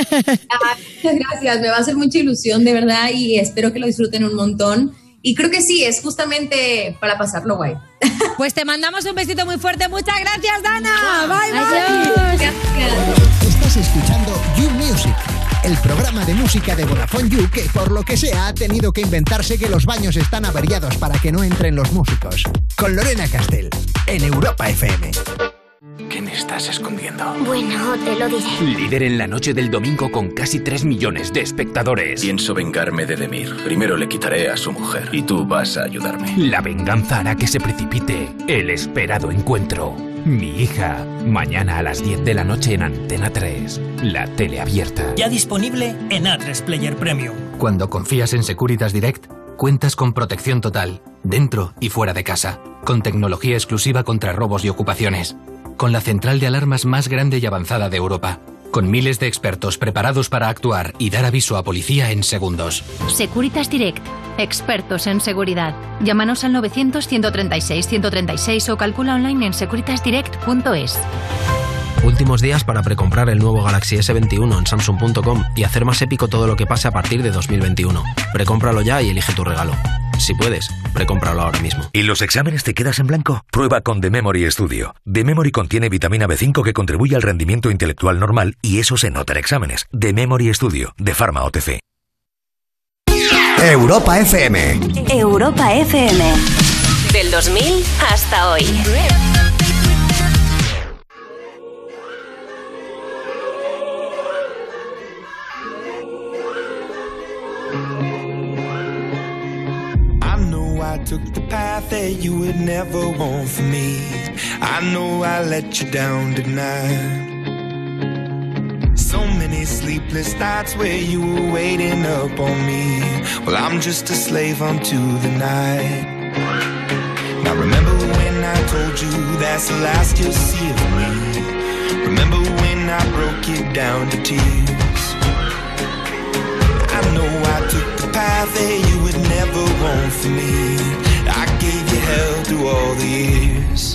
[SPEAKER 12] Muchas gracias, me va a hacer mucha ilusión de verdad y espero que lo disfruten un montón. Y creo que sí, es justamente para pasarlo guay.
[SPEAKER 3] Pues te mandamos un besito muy fuerte. Muchas gracias, Dana. Bye,
[SPEAKER 12] bye.
[SPEAKER 10] Estás escuchando You Music, el programa de música de Vodafone You que, por lo que sea, ha tenido que inventarse que los baños están averiados para que no entren los músicos. Con Lorena Castell, en Europa FM.
[SPEAKER 14] ¿Qué me estás escondiendo?
[SPEAKER 15] Bueno, te lo diré.
[SPEAKER 14] Líder en la noche del domingo con casi 3 millones de espectadores.
[SPEAKER 16] Pienso vengarme de Demir. Primero le quitaré a su mujer y tú vas a ayudarme.
[SPEAKER 14] La venganza hará que se precipite el esperado encuentro. Mi hija, mañana a las 10 de la noche en Antena 3, la tele abierta.
[SPEAKER 17] Ya disponible en A3 Player Premium.
[SPEAKER 18] Cuando confías en Securitas Direct, cuentas con protección total, dentro y fuera de casa, con tecnología exclusiva contra robos y ocupaciones, con la central de alarmas más grande y avanzada de Europa, con miles de expertos preparados para actuar y dar aviso a policía en segundos.
[SPEAKER 19] Securitas Direct, expertos en seguridad. Llámanos al 900-136-136 o calcula online en securitasdirect.es.
[SPEAKER 20] Últimos días para precomprar el nuevo Galaxy S21 en Samsung.com y hacer más épico todo lo que pase a partir de 2021. Precómpralo ya y elige tu regalo. Si puedes, precómpralo ahora mismo.
[SPEAKER 21] ¿Y los exámenes te quedas en blanco? Prueba con The Memory Studio. The Memory contiene vitamina B5 que contribuye al rendimiento intelectual normal y eso se nota en exámenes. The Memory Studio, de Pharma OTC.
[SPEAKER 2] Europa FM.
[SPEAKER 1] Europa FM.
[SPEAKER 15] Del 2000 hasta hoy.
[SPEAKER 8] I took the path that you would never want for me. I know I let you down tonight. So many sleepless nights where you were waiting up on me. Well, I'm just a slave unto the night. Now remember when I told you that's the last you'll see of me. Remember when I broke you down to tears. I know I took the path that you would never want for me. I gave you hell through all the years.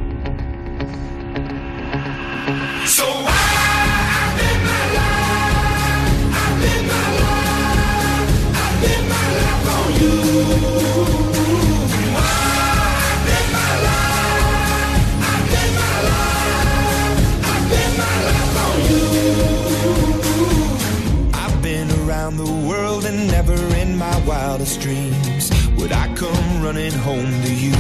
[SPEAKER 8] So I live my life, I live my life, I live my life on you. I live my life, I live my life, I live my life on you. I've been around the world and never in my wildest dreams would I come running home to you.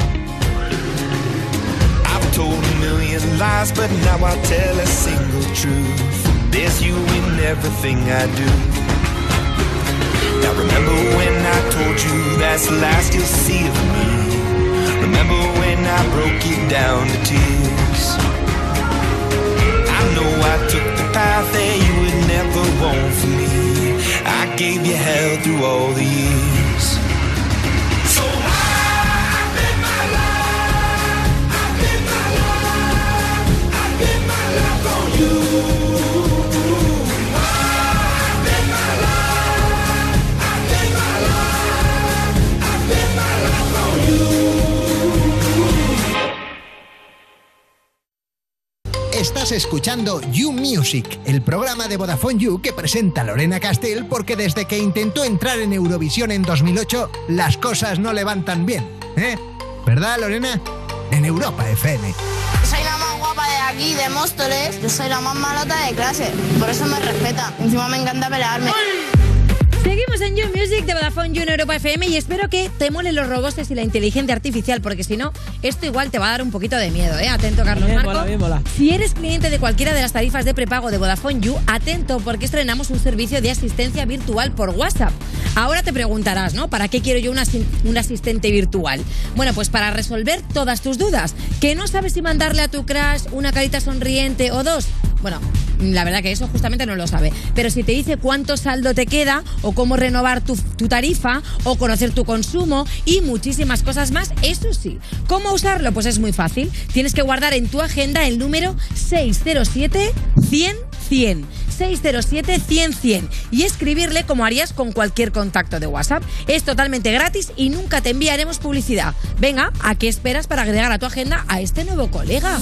[SPEAKER 8] I've told a million lies, but now I tell a single truth. There's you in everything I do. Now remember when I told you that's the last you'll see of me. Remember when I broke you down to tears. I know I took the path that you would never want for me. I gave you hell through all the years. So I live my life, I live my life, I live my life on you. I live my life, I live my life, I live my life on you.
[SPEAKER 10] Estás escuchando You Music, el programa de Vodafone You que presenta Lorena Castell porque desde que intentó entrar en Eurovisión en 2008, las cosas no le van tan bien, ¿eh? ¿Verdad, Lorena? En Europa FM.
[SPEAKER 22] Soy la más guapa de aquí, de Móstoles. Yo soy la más malota de clase, por eso me respetan. Encima me encanta pelearme.
[SPEAKER 3] Seguimos en You Music de Vodafone You en Europa FM y espero que te molen los robots y la inteligencia artificial, porque si no, esto igual te va a dar un poquito de miedo, ¿eh? Atento, Carlos Marco.
[SPEAKER 4] Bien, mola.
[SPEAKER 3] Si eres cliente de cualquiera de las tarifas de prepago de Vodafone You, atento, porque estrenamos un servicio de asistencia virtual por WhatsApp. Ahora te preguntarás, ¿no? ¿Para qué quiero yo un asistente virtual? Bueno, pues para resolver todas tus dudas. ¿Que no sabes si mandarle a tu crush una carita sonriente o dos? Bueno, la verdad que eso justamente no lo sabe. Pero si te dice cuánto saldo te queda, o cómo renovar tu tarifa, o conocer tu consumo y muchísimas cosas más, eso sí. ¿Cómo usarlo? Pues es muy fácil. Tienes que guardar en tu agenda el número 607-100-100. 607-100-100 y escribirle como harías con cualquier contacto de WhatsApp. Es totalmente gratis y nunca te enviaremos publicidad. Venga, ¿a qué esperas para agregar a tu agenda a este nuevo colega?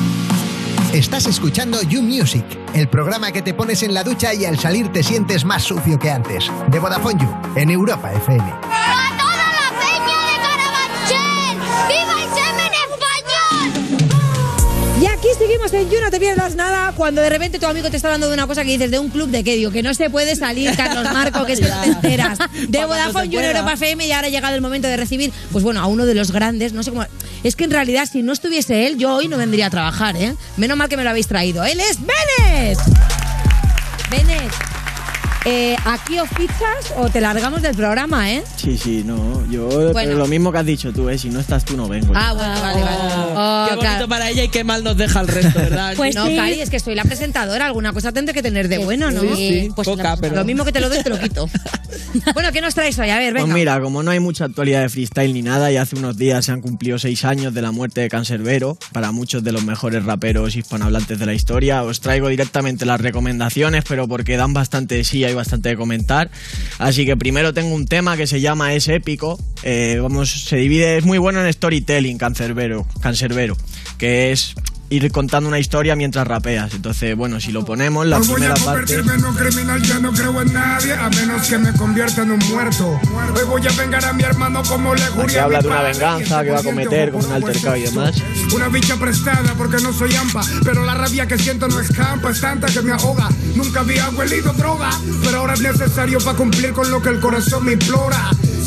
[SPEAKER 10] Estás escuchando You Music, el programa que te pones en la ducha y al salir te sientes más sucio que antes. De Vodafone You, en Europa FM.
[SPEAKER 22] ¡A toda la peña de Carabanchel! ¡Viva el semen español!
[SPEAKER 3] Y aquí seguimos en You, no te pierdas nada. Cuando de repente tu amigo te está hablando de una cosa que dices, ¿de un club de qué? Digo, que no se puede salir, Carlos Marco, que es que no te enteras. De Vodafone You en Europa FM, y ahora ha llegado el momento de recibir, pues bueno, a uno de los grandes, no sé cómo... Es que en realidad, si no estuviese él, yo hoy no vendría a trabajar, ¿eh? Menos mal que me lo habéis traído. ¡Él es Benes! Benes, ¿aquí os fichas o te largamos del programa, eh?
[SPEAKER 23] Sí, no. Yo, pero lo mismo que has dicho tú, si no estás tú no vengo.
[SPEAKER 3] Ah, bueno, vale.
[SPEAKER 4] Qué bonito para ella y qué mal nos deja el resto, ¿verdad?
[SPEAKER 3] Pues no, sí. Cari, es que soy la presentadora. Alguna cosa tendré que tener de bueno, ¿no?
[SPEAKER 23] Sí,
[SPEAKER 3] pues
[SPEAKER 23] poca, pero...
[SPEAKER 3] Lo mismo que te lo doy, te lo quito. Bueno, ¿qué nos traes hoy? A ver, venga.
[SPEAKER 23] Pues mira, como no hay mucha actualidad de freestyle ni nada, y hace unos días se han cumplido 6 años de la muerte de Canserbero, para muchos de los mejores raperos hispanohablantes de la historia, os traigo directamente las recomendaciones, pero porque dan bastante de sí y hay bastante de comentar. Así que primero tengo un tema que se llama Es Épico. Se divide, es muy bueno en storytelling, Canserbero, que es ir contando una historia mientras rapeas. Entonces, bueno, si lo ponemos, la primera parte...
[SPEAKER 24] Voy a convertirme en un criminal, ya no creo en nadie, a menos que me convierta en un muerto. Hoy voy a vengar a mi hermano como le juré.
[SPEAKER 23] Aquí habla de una venganza que va a cometer con un altercado y demás.
[SPEAKER 24] Una bicha prestada porque no soy ampa, pero la rabia que siento no escampa, es tanta que me ahoga. Nunca había huelido droga, pero ahora es necesario para cumplir con lo que el corazón me implora.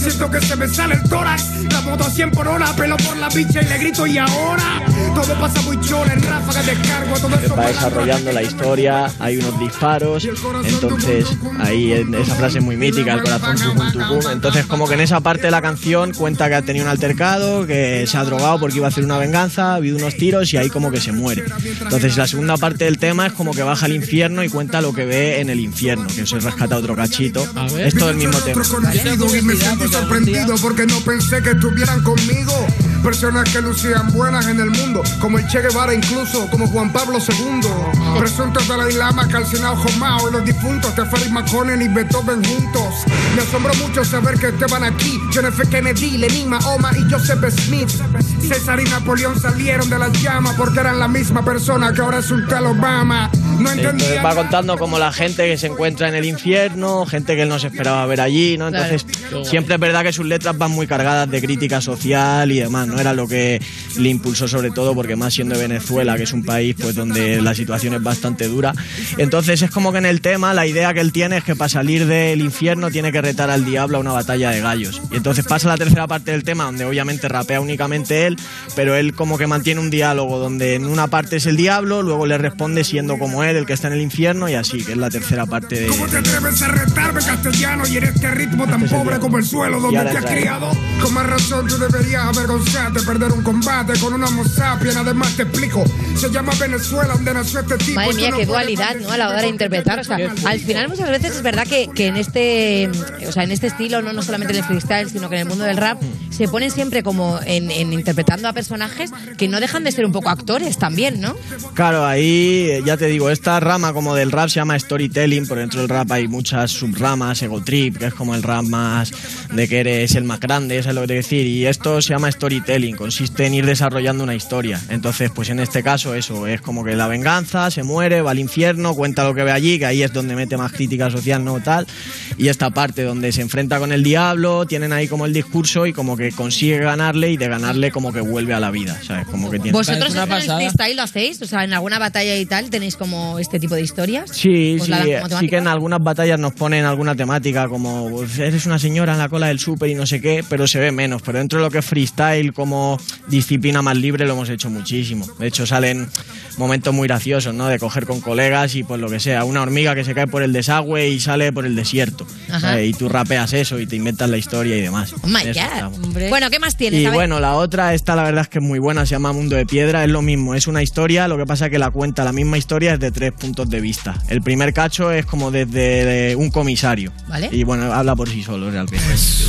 [SPEAKER 24] siento que se me sale el tórax. La moto a 100 por hora, pelo por la bicha y le grito y ahora. Todo pasa muy chola, en ráfagas descargo. Todo eso
[SPEAKER 23] va desarrollando la historia, hay unos disparos, entonces ahí esa frase es muy mítica, el corazón tucum tucum. Entonces como que en esa parte de la canción cuenta que ha tenido un altercado, que se ha drogado porque iba a hacer una venganza, ha habido unos tiros y ahí como que se muere. Entonces la segunda parte del tema es como que baja al infierno y cuenta lo que ve en el infierno, que eso rescata otro cachito. Es todo el mismo tema.
[SPEAKER 24] Y me sentí sorprendido porque no pensé que estuvieran conmigo. Personas que lucían buenas en el mundo, como el Che Guevara, incluso como Juan Pablo II. Presuntos Dalai Lama, calcinado Jomao y los difuntos Teferi Maconen y Beethoven juntos. Me asombró mucho saber que estaban aquí John F. Kennedy, Lenin, Mahoma y Joseph Smith. César y Napoleón salieron de las llamas porque eran la misma persona que ahora es un tal Obama. No entendía.
[SPEAKER 23] Entonces va contando como la gente que se encuentra en el infierno, gente que él no se esperaba ver allí, ¿no? Entonces siempre es verdad que sus letras van muy cargadas de crítica social y demás, ¿no? Era lo que le impulsó sobre todo, porque más siendo de Venezuela, que es un país pues donde la situación es bastante dura. Entonces es como que en el tema la idea que él tiene es que para salir del infierno tiene que retar al diablo a una batalla de gallos. Y entonces pasa la tercera parte del tema, donde obviamente rapea únicamente él, pero él como que mantiene un diálogo donde en una parte es el diablo, luego le responde siendo como él, el que está en el infierno, y así, que es la tercera parte de...
[SPEAKER 24] ¿Cómo te atreves a retarme, castellano, y en este ritmo tan pobre como el suelo donde te has criado? Con más razón tú deberías avergonzarte, perder un combate con un homo sapiens. Además te explico, se llama Venezuela, donde nació este tipo.
[SPEAKER 3] Madre mía, qué dualidad, ¿no? A la hora de interpretar. O sea, al final muchas veces es verdad que en este, o sea, en este estilo, no solamente en el freestyle, sino que en el mundo del rap, se ponen siempre como en interpretando a personajes que no dejan de ser un poco actores también, ¿no?
[SPEAKER 23] Claro, ahí ya te digo, esta rama como del rap se llama storytelling, por dentro del rap hay muchas subramas, ego trip, que es como el rap más de que eres el más grande, eso es lo que te quiero decir, y esto se llama storytelling, consiste en ir desarrollando una historia. Entonces, pues en este caso eso, es como que la venganza, se muere, va al infierno, cuenta lo que ve allí, que ahí es donde mete más crítica social, no tal, y esta parte donde se enfrenta con el diablo, tienen ahí como el discurso y como que consigue ganarle, y de ganarle como que vuelve a la vida, ¿sabes? Como que tiene...
[SPEAKER 3] ¿Vosotros en el freestyle lo hacéis? O sea, en alguna batalla y tal, ¿tenéis como este tipo de historias?
[SPEAKER 23] Sí, sí que en algunas batallas nos ponen alguna temática como pues, eres una señora en la cola del súper y no sé qué, pero se ve menos. Pero dentro de lo que es freestyle como disciplina más libre lo hemos hecho muchísimo. De hecho salen momentos muy graciosos, ¿no? De coger con colegas y pues lo que sea, una hormiga que se cae por el desagüe y sale por el desierto. Y tú rapeas eso y te inventas la historia y demás.
[SPEAKER 3] Oh my God. Bueno, ¿qué más tienes?
[SPEAKER 23] Y bueno, la otra, esta la verdad es que es muy buena, se llama Mundo de Piedra, es lo mismo, es una historia, lo que pasa que la cuenta, la misma historia es de 3 puntos de vista. El primer cacho es como desde un comisario. ¿Vale? Y bueno, habla por sí solo realmente.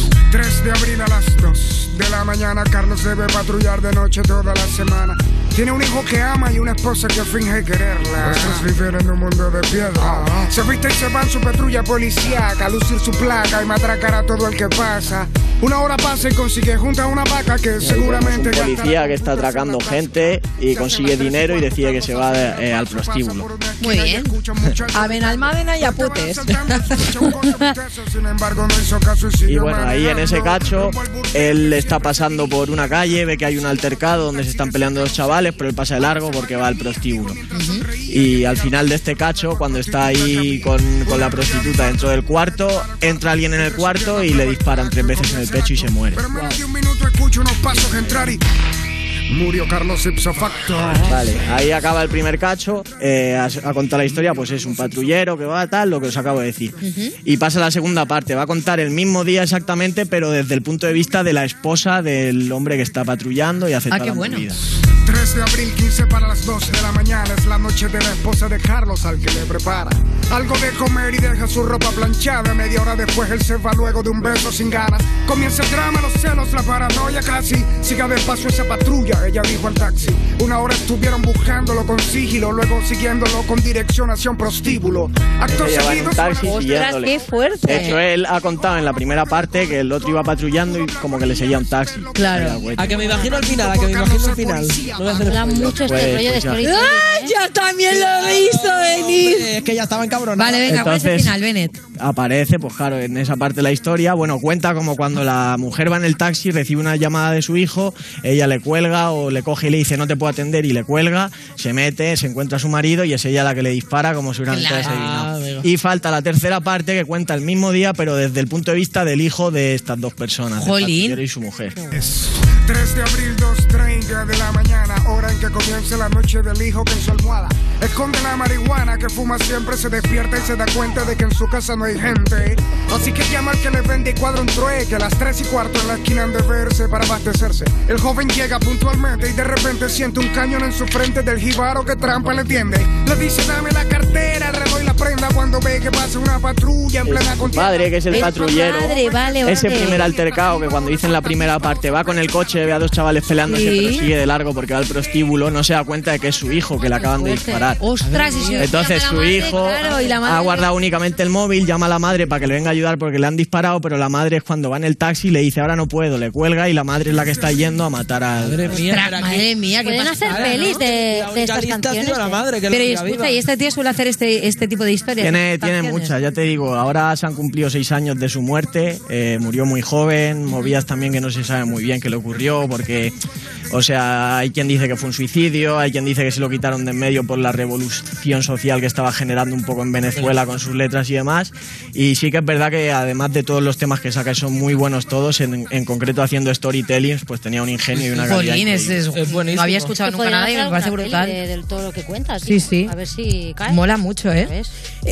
[SPEAKER 24] 3 de abril a las 2 de la mañana, Carlos debe patrullar de noche toda la semana. Tiene un hijo que ama y una esposa que finge quererla. Nuestros viven en un mundo de piedra. Se viste y se va en su patrulla policíaca a lucir su placa y matracar a todo el que pasa. Una hora pasa y consigue junta una vaca que seguramente...
[SPEAKER 23] Es un policía que está atracando gente y consigue dinero y decide que se va al prostíbulo.
[SPEAKER 3] Muy bien. A Benalmádena y a putes.
[SPEAKER 23] Y bueno, ahí en ese cacho, él está pasando por una calle, ve que hay un altercado donde se están peleando dos chavales, pero él pasa de largo porque va al prostíbulo. Y al final de este cacho, cuando está ahí con la prostituta dentro del cuarto, entra alguien en el cuarto y le disparan 3 veces en el pecho y se muere.
[SPEAKER 24] Pero menos de un minuto escucho unos pasos entrar y... murió Carlos ipso facto.
[SPEAKER 23] Vale, ahí acaba el primer cacho. A contar la historia, pues es un patrullero que va tal, lo que os acabo de decir. Y pasa la segunda parte, va a contar el mismo día exactamente, pero desde el punto de vista de la esposa del hombre que está patrullando y hace toda la movida.
[SPEAKER 24] 3 de abril, 15 para las 12 de la mañana. Es la noche de la esposa de Carlos al que le prepara algo de comer y deja su ropa planchada. Media hora después él se va luego de un beso sin ganas. Comienza el drama, los celos, la paranoia casi. Siga despacio esa patrulla, ella dijo al taxi. Una hora estuvieron buscándolo con sigilo, luego siguiéndolo con dirección hacia un prostíbulo. Acto seguido...
[SPEAKER 3] ¡Ostras, qué fuerte!
[SPEAKER 23] De hecho, él ha contado en la primera parte que el otro iba patrullando y como que le seguía un taxi.
[SPEAKER 3] Claro.
[SPEAKER 4] A que me imagino al final, a que me imagino al final.
[SPEAKER 5] Habla mucho este rollo de storytelling.
[SPEAKER 3] ¡Ah! Ya también lo he visto venir.
[SPEAKER 4] Es que ya estaba encabronado.
[SPEAKER 3] Vale, venga, ¿cuál es el final, Bennett?
[SPEAKER 23] aparece, pues claro, en esa parte de la historia, bueno, cuenta como cuando la mujer va en el taxi, recibe una llamada de su hijo, ella le cuelga o le coge y le dice no te puedo atender y le cuelga, se mete, se encuentra a su marido y es ella la que le dispara como si hubiera adivinado. Y falta la tercera parte que cuenta el mismo día, pero desde el punto de vista del hijo de estas dos personas, el patrullero y su mujer.
[SPEAKER 24] 3 de abril, 2:30 de la mañana, hora en que comienza la noche del hijo que en su almohada esconde la marihuana que fuma siempre, se despierta y se da cuenta de que en su casa no hay gente. Así que llama al que le vende y cuadra un trueque a las 3:15 en la esquina han de verse para abastecerse. El joven llega puntualmente y de repente siente un cañón en su frente del jíbaro que trampa le tiende. Le dice dame la cartera, el reloj y la prenda cuando ve que pasa una patrulla en plena contienda.
[SPEAKER 23] Padre, que es el patrullero.
[SPEAKER 5] Vale.
[SPEAKER 23] Ese primer altercado que cuando dicen la primera parte va con el coche, ve a dos chavales peleándose, pero sigue de largo porque va al prostíbulo, no se da cuenta de que es su hijo que le acaban de disparar.
[SPEAKER 3] Ostras,
[SPEAKER 23] entonces su hijo ha guardado únicamente el móvil, llama a la madre para que le venga a ayudar porque le han disparado, pero la madre es cuando va en el taxi le dice ahora no puedo, le cuelga y la madre es la que está yendo a matar al...
[SPEAKER 3] Madre mía,
[SPEAKER 5] pueden hacer pelis de estas canciones.
[SPEAKER 3] Pero y escucha, y este tío suele hacer este tipo de historias.
[SPEAKER 23] Tiene muchas, ya te digo, ahora se han cumplido 6 años de su muerte, murió muy joven, movidas también que no se sabe muy bien qué le ocurrió porque... O sea, hay quien dice que fue un suicidio, hay quien dice que se lo quitaron de en medio por la revolución social que estaba generando un poco en Venezuela con sus letras y demás. Y sí que es verdad que además de todos los temas que saca, son muy buenos todos, en concreto haciendo storytelling, pues tenía un ingenio y una calidad increíble.
[SPEAKER 3] Es buenísimo. No había escuchado nunca nada y me parece brutal.
[SPEAKER 5] De todo lo que cuentas.
[SPEAKER 3] Sí.
[SPEAKER 5] A ver si cae.
[SPEAKER 3] Mola mucho, ¿eh?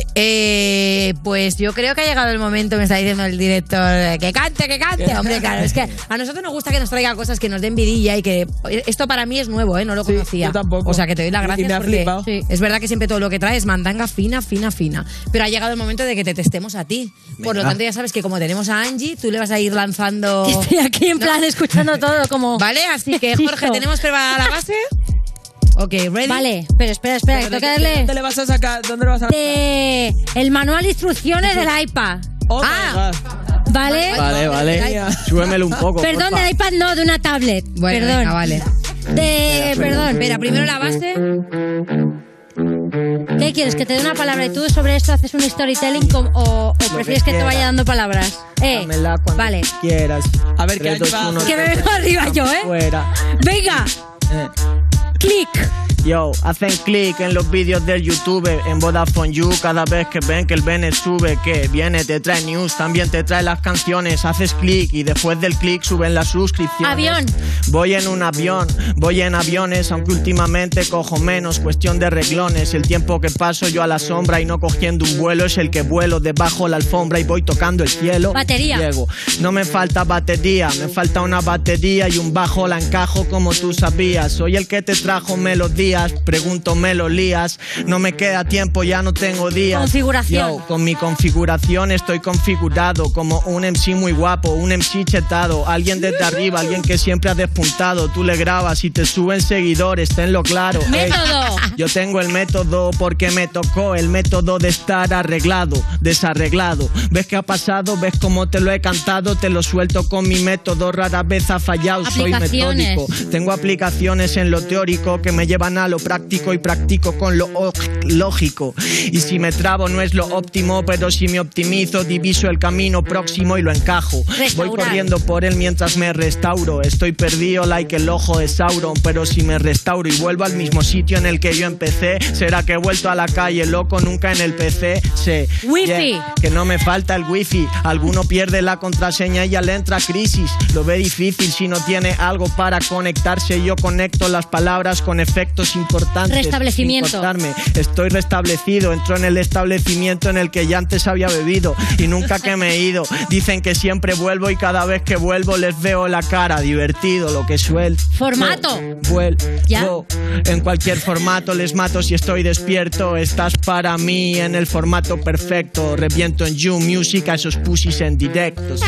[SPEAKER 3] Pues yo creo que ha llegado el momento, me está diciendo el director, que cante. Hombre, claro, es que a nosotros nos gusta que nos traiga cosas que nos den vidilla y que... Esto para mí es nuevo, no lo conocía.
[SPEAKER 4] Yo tampoco.
[SPEAKER 3] O sea, que te doy las gracias porque
[SPEAKER 4] sí.
[SPEAKER 3] Es verdad que siempre todo lo que traes es mandanga fina. Pero ha llegado el momento de que te testemos a ti. Por lo tanto, ya sabes que como tenemos a Angie, tú le vas a ir lanzando...
[SPEAKER 5] Que estoy aquí en plan escuchando todo como...
[SPEAKER 3] Vale, así que Jorge, ¿tenemos preparada la base? Ok, ready.
[SPEAKER 5] Vale, pero espera, que tengo que darle...
[SPEAKER 4] ¿Dónde le vas a sacar?
[SPEAKER 5] El manual de instrucciones del iPad.
[SPEAKER 23] Vale. Súbemelo un poco.
[SPEAKER 5] Perdón,
[SPEAKER 23] porfa.
[SPEAKER 5] del iPad no, de una tablet.
[SPEAKER 3] Bueno,
[SPEAKER 5] perdón.
[SPEAKER 3] Venga, vale.
[SPEAKER 5] Perdón.
[SPEAKER 3] Espera, primero la base.
[SPEAKER 5] ¿Qué quieres? ¿Que te dé una palabra y tú sobre esto haces un storytelling o prefieres que te vaya dando palabras?
[SPEAKER 23] Dámela cuando
[SPEAKER 5] vale.
[SPEAKER 23] quieras.
[SPEAKER 4] A ver, ¿qué hay?
[SPEAKER 5] Que me vengo arriba yo,
[SPEAKER 23] Fuera.
[SPEAKER 5] Venga. Clic.
[SPEAKER 23] Yo, hacen clic en los vídeos del YouTube, en Vodafone You, cada vez que ven que el Bennett sube, que viene, te trae news, también te trae las canciones, haces clic y después del clic suben las suscripciones.
[SPEAKER 5] Avión.
[SPEAKER 23] Voy en un avión, voy en aviones, aunque últimamente cojo menos, cuestión de reglones, el tiempo que paso yo a la sombra y no cogiendo un vuelo es el que vuelo debajo la alfombra y voy tocando el cielo.
[SPEAKER 5] Batería.
[SPEAKER 23] Llego. No me falta batería, me falta una batería y un bajo la encajo como tú sabías, soy el que te trajo melodías. Pregunto melodías, no me queda tiempo, ya no tengo días.
[SPEAKER 5] Configuración.
[SPEAKER 23] Yo, con mi configuración estoy configurado como un MC muy guapo, un MC chetado, alguien desde arriba, alguien que siempre ha despuntado. Tú le grabas y te suben seguidores, tenlo claro.
[SPEAKER 5] Método.
[SPEAKER 23] Yo tengo el método porque me tocó el método de estar arreglado, desarreglado. ¿Ves qué ha pasado? ¿Ves cómo te lo he cantado? Te lo suelto con mi método, rara vez ha fallado, soy metódico. Tengo aplicaciones en lo teórico que me llevan a lo práctico y practico con lo lógico. Y si me trabo no es lo óptimo, pero si me optimizo diviso el camino próximo y lo encajo. Voy corriendo por él mientras me restauro. Estoy perdido like el ojo de Sauron, pero si me restauro y vuelvo al mismo sitio en el que yo empecé, será que he vuelto a la calle loco, nunca en el PC. Sé que no me falta el wifi. Alguno pierde la contraseña y ya le entra crisis. Lo ve difícil si no tiene algo para conectarse. Yo conecto las palabras con efectos importantes.
[SPEAKER 5] Restablecimiento.
[SPEAKER 23] Estoy restablecido, entro en el establecimiento en el que ya antes había bebido y nunca que me he ido. Dicen que siempre vuelvo y cada vez que vuelvo les veo la cara. Divertido lo que suelto.
[SPEAKER 5] Formato.
[SPEAKER 23] Vuelvo. En cualquier formato les mato si estoy despierto. Estás para mí en el formato perfecto. Reviento en You Music a esos pussies en directos.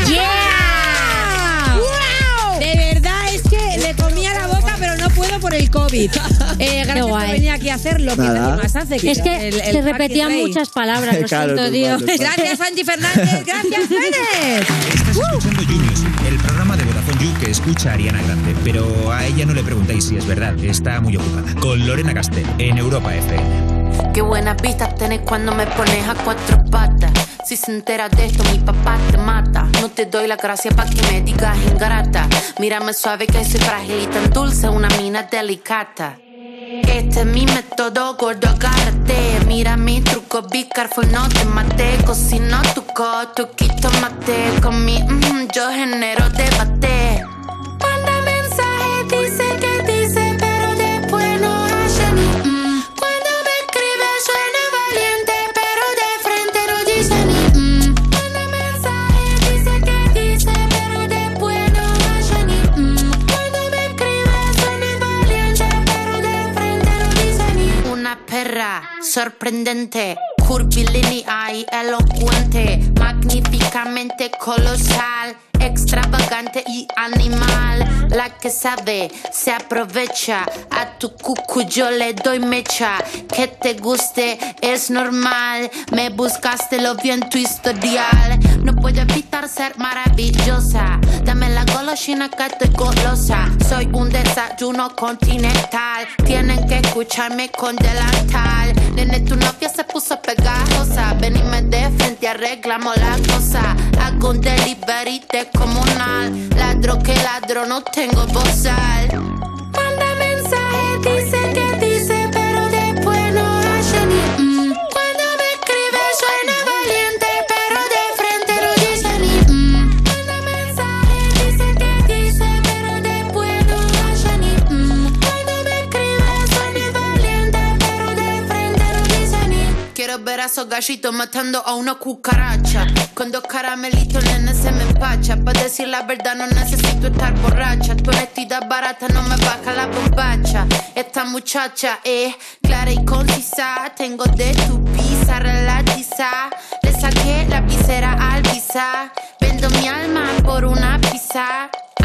[SPEAKER 3] De verdad es que le comía la boca, pero no puedo por el COVID. Gracias por venir aquí a hacer lo que nadie más hace.
[SPEAKER 5] Que es que se repetían muchas palabras, lo siento, Dios.
[SPEAKER 3] Gracias, Angie Fernández. Gracias, Félix.
[SPEAKER 6] Estás escuchando You Music, el programa de Vodafone You que escucha a Ariana Grande. Pero a ella no le preguntéis si es verdad, está muy ocupada. Con Lorena Castell, en Europa FM.
[SPEAKER 7] Qué buenas vistas tenés cuando me pones a 4 patas. Si se entera de esto mi papá te mata. No te doy la gracia pa' que me digas ingrata. Mírame suave que soy frágil y tan dulce, una mina delicata. Este es mi método, gordo, agárrate. Mira mi truco, be careful, no te mate. Cocino tu truquito mate. Con mi yo genero debate. Manda mensaje, dice que dice, pero después no hace ni Cuando me escribe suena valiente, pero de frente no dice ni Manda mensaje, dice que dice, pero después no hace ni Cuando me escribe suena valiente, pero de frente no dice ni Una perra sorprendente, curvilínea y elocuente, magníficamente colosal, extravagante y animal. La que sabe se aprovecha. A tu cucu yo le doy mecha. Que te guste es normal. Me buscaste, lo vi en tu historial. No puedo evitar ser maravillosa. Dame la golosina que estoy golosa. Soy un desayuno continental. Tienen que escucharme con delantal. Nene, tu novia se puso pegajosa. Venime de frente, arreglamos la cosa. Hago un delivery comunal. Ladro que ladro, no tengo bozal. Manda mensaje, dice que dice, pero después no hace ni Cuando me escribe suena valiente, pero de frente no dice ni Manda mensaje, dice que dice, pero después no hace ni Cuando me escribe suena valiente, pero de frente no dice ni Quiero ver a esos gallitos matando a una cucaracha. Con 2 caramelitos, nene, se me empacha. Pa' decir la verdad no necesito estar borracha. Tu honestidad barata no me baja la bombacha. Esta muchacha es clara y concisa. Tengo de tu pizza relatiza. Le saqué la visera al visa. Vendo mi alma por una pizza.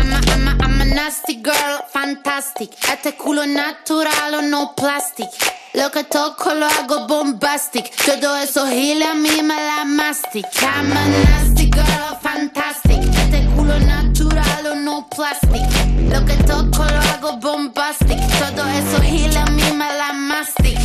[SPEAKER 7] I'm a nasty girl, fantastic. Este culo es natural o no plastic. Lo que toco lo hago bombastic. Todo eso giles a mí me la mastic. I'm a nasty girl, fantastic. Este culo es natural o no plastic. Lo que toco lo hago bombastic. Todo eso giles a mí me la mastic.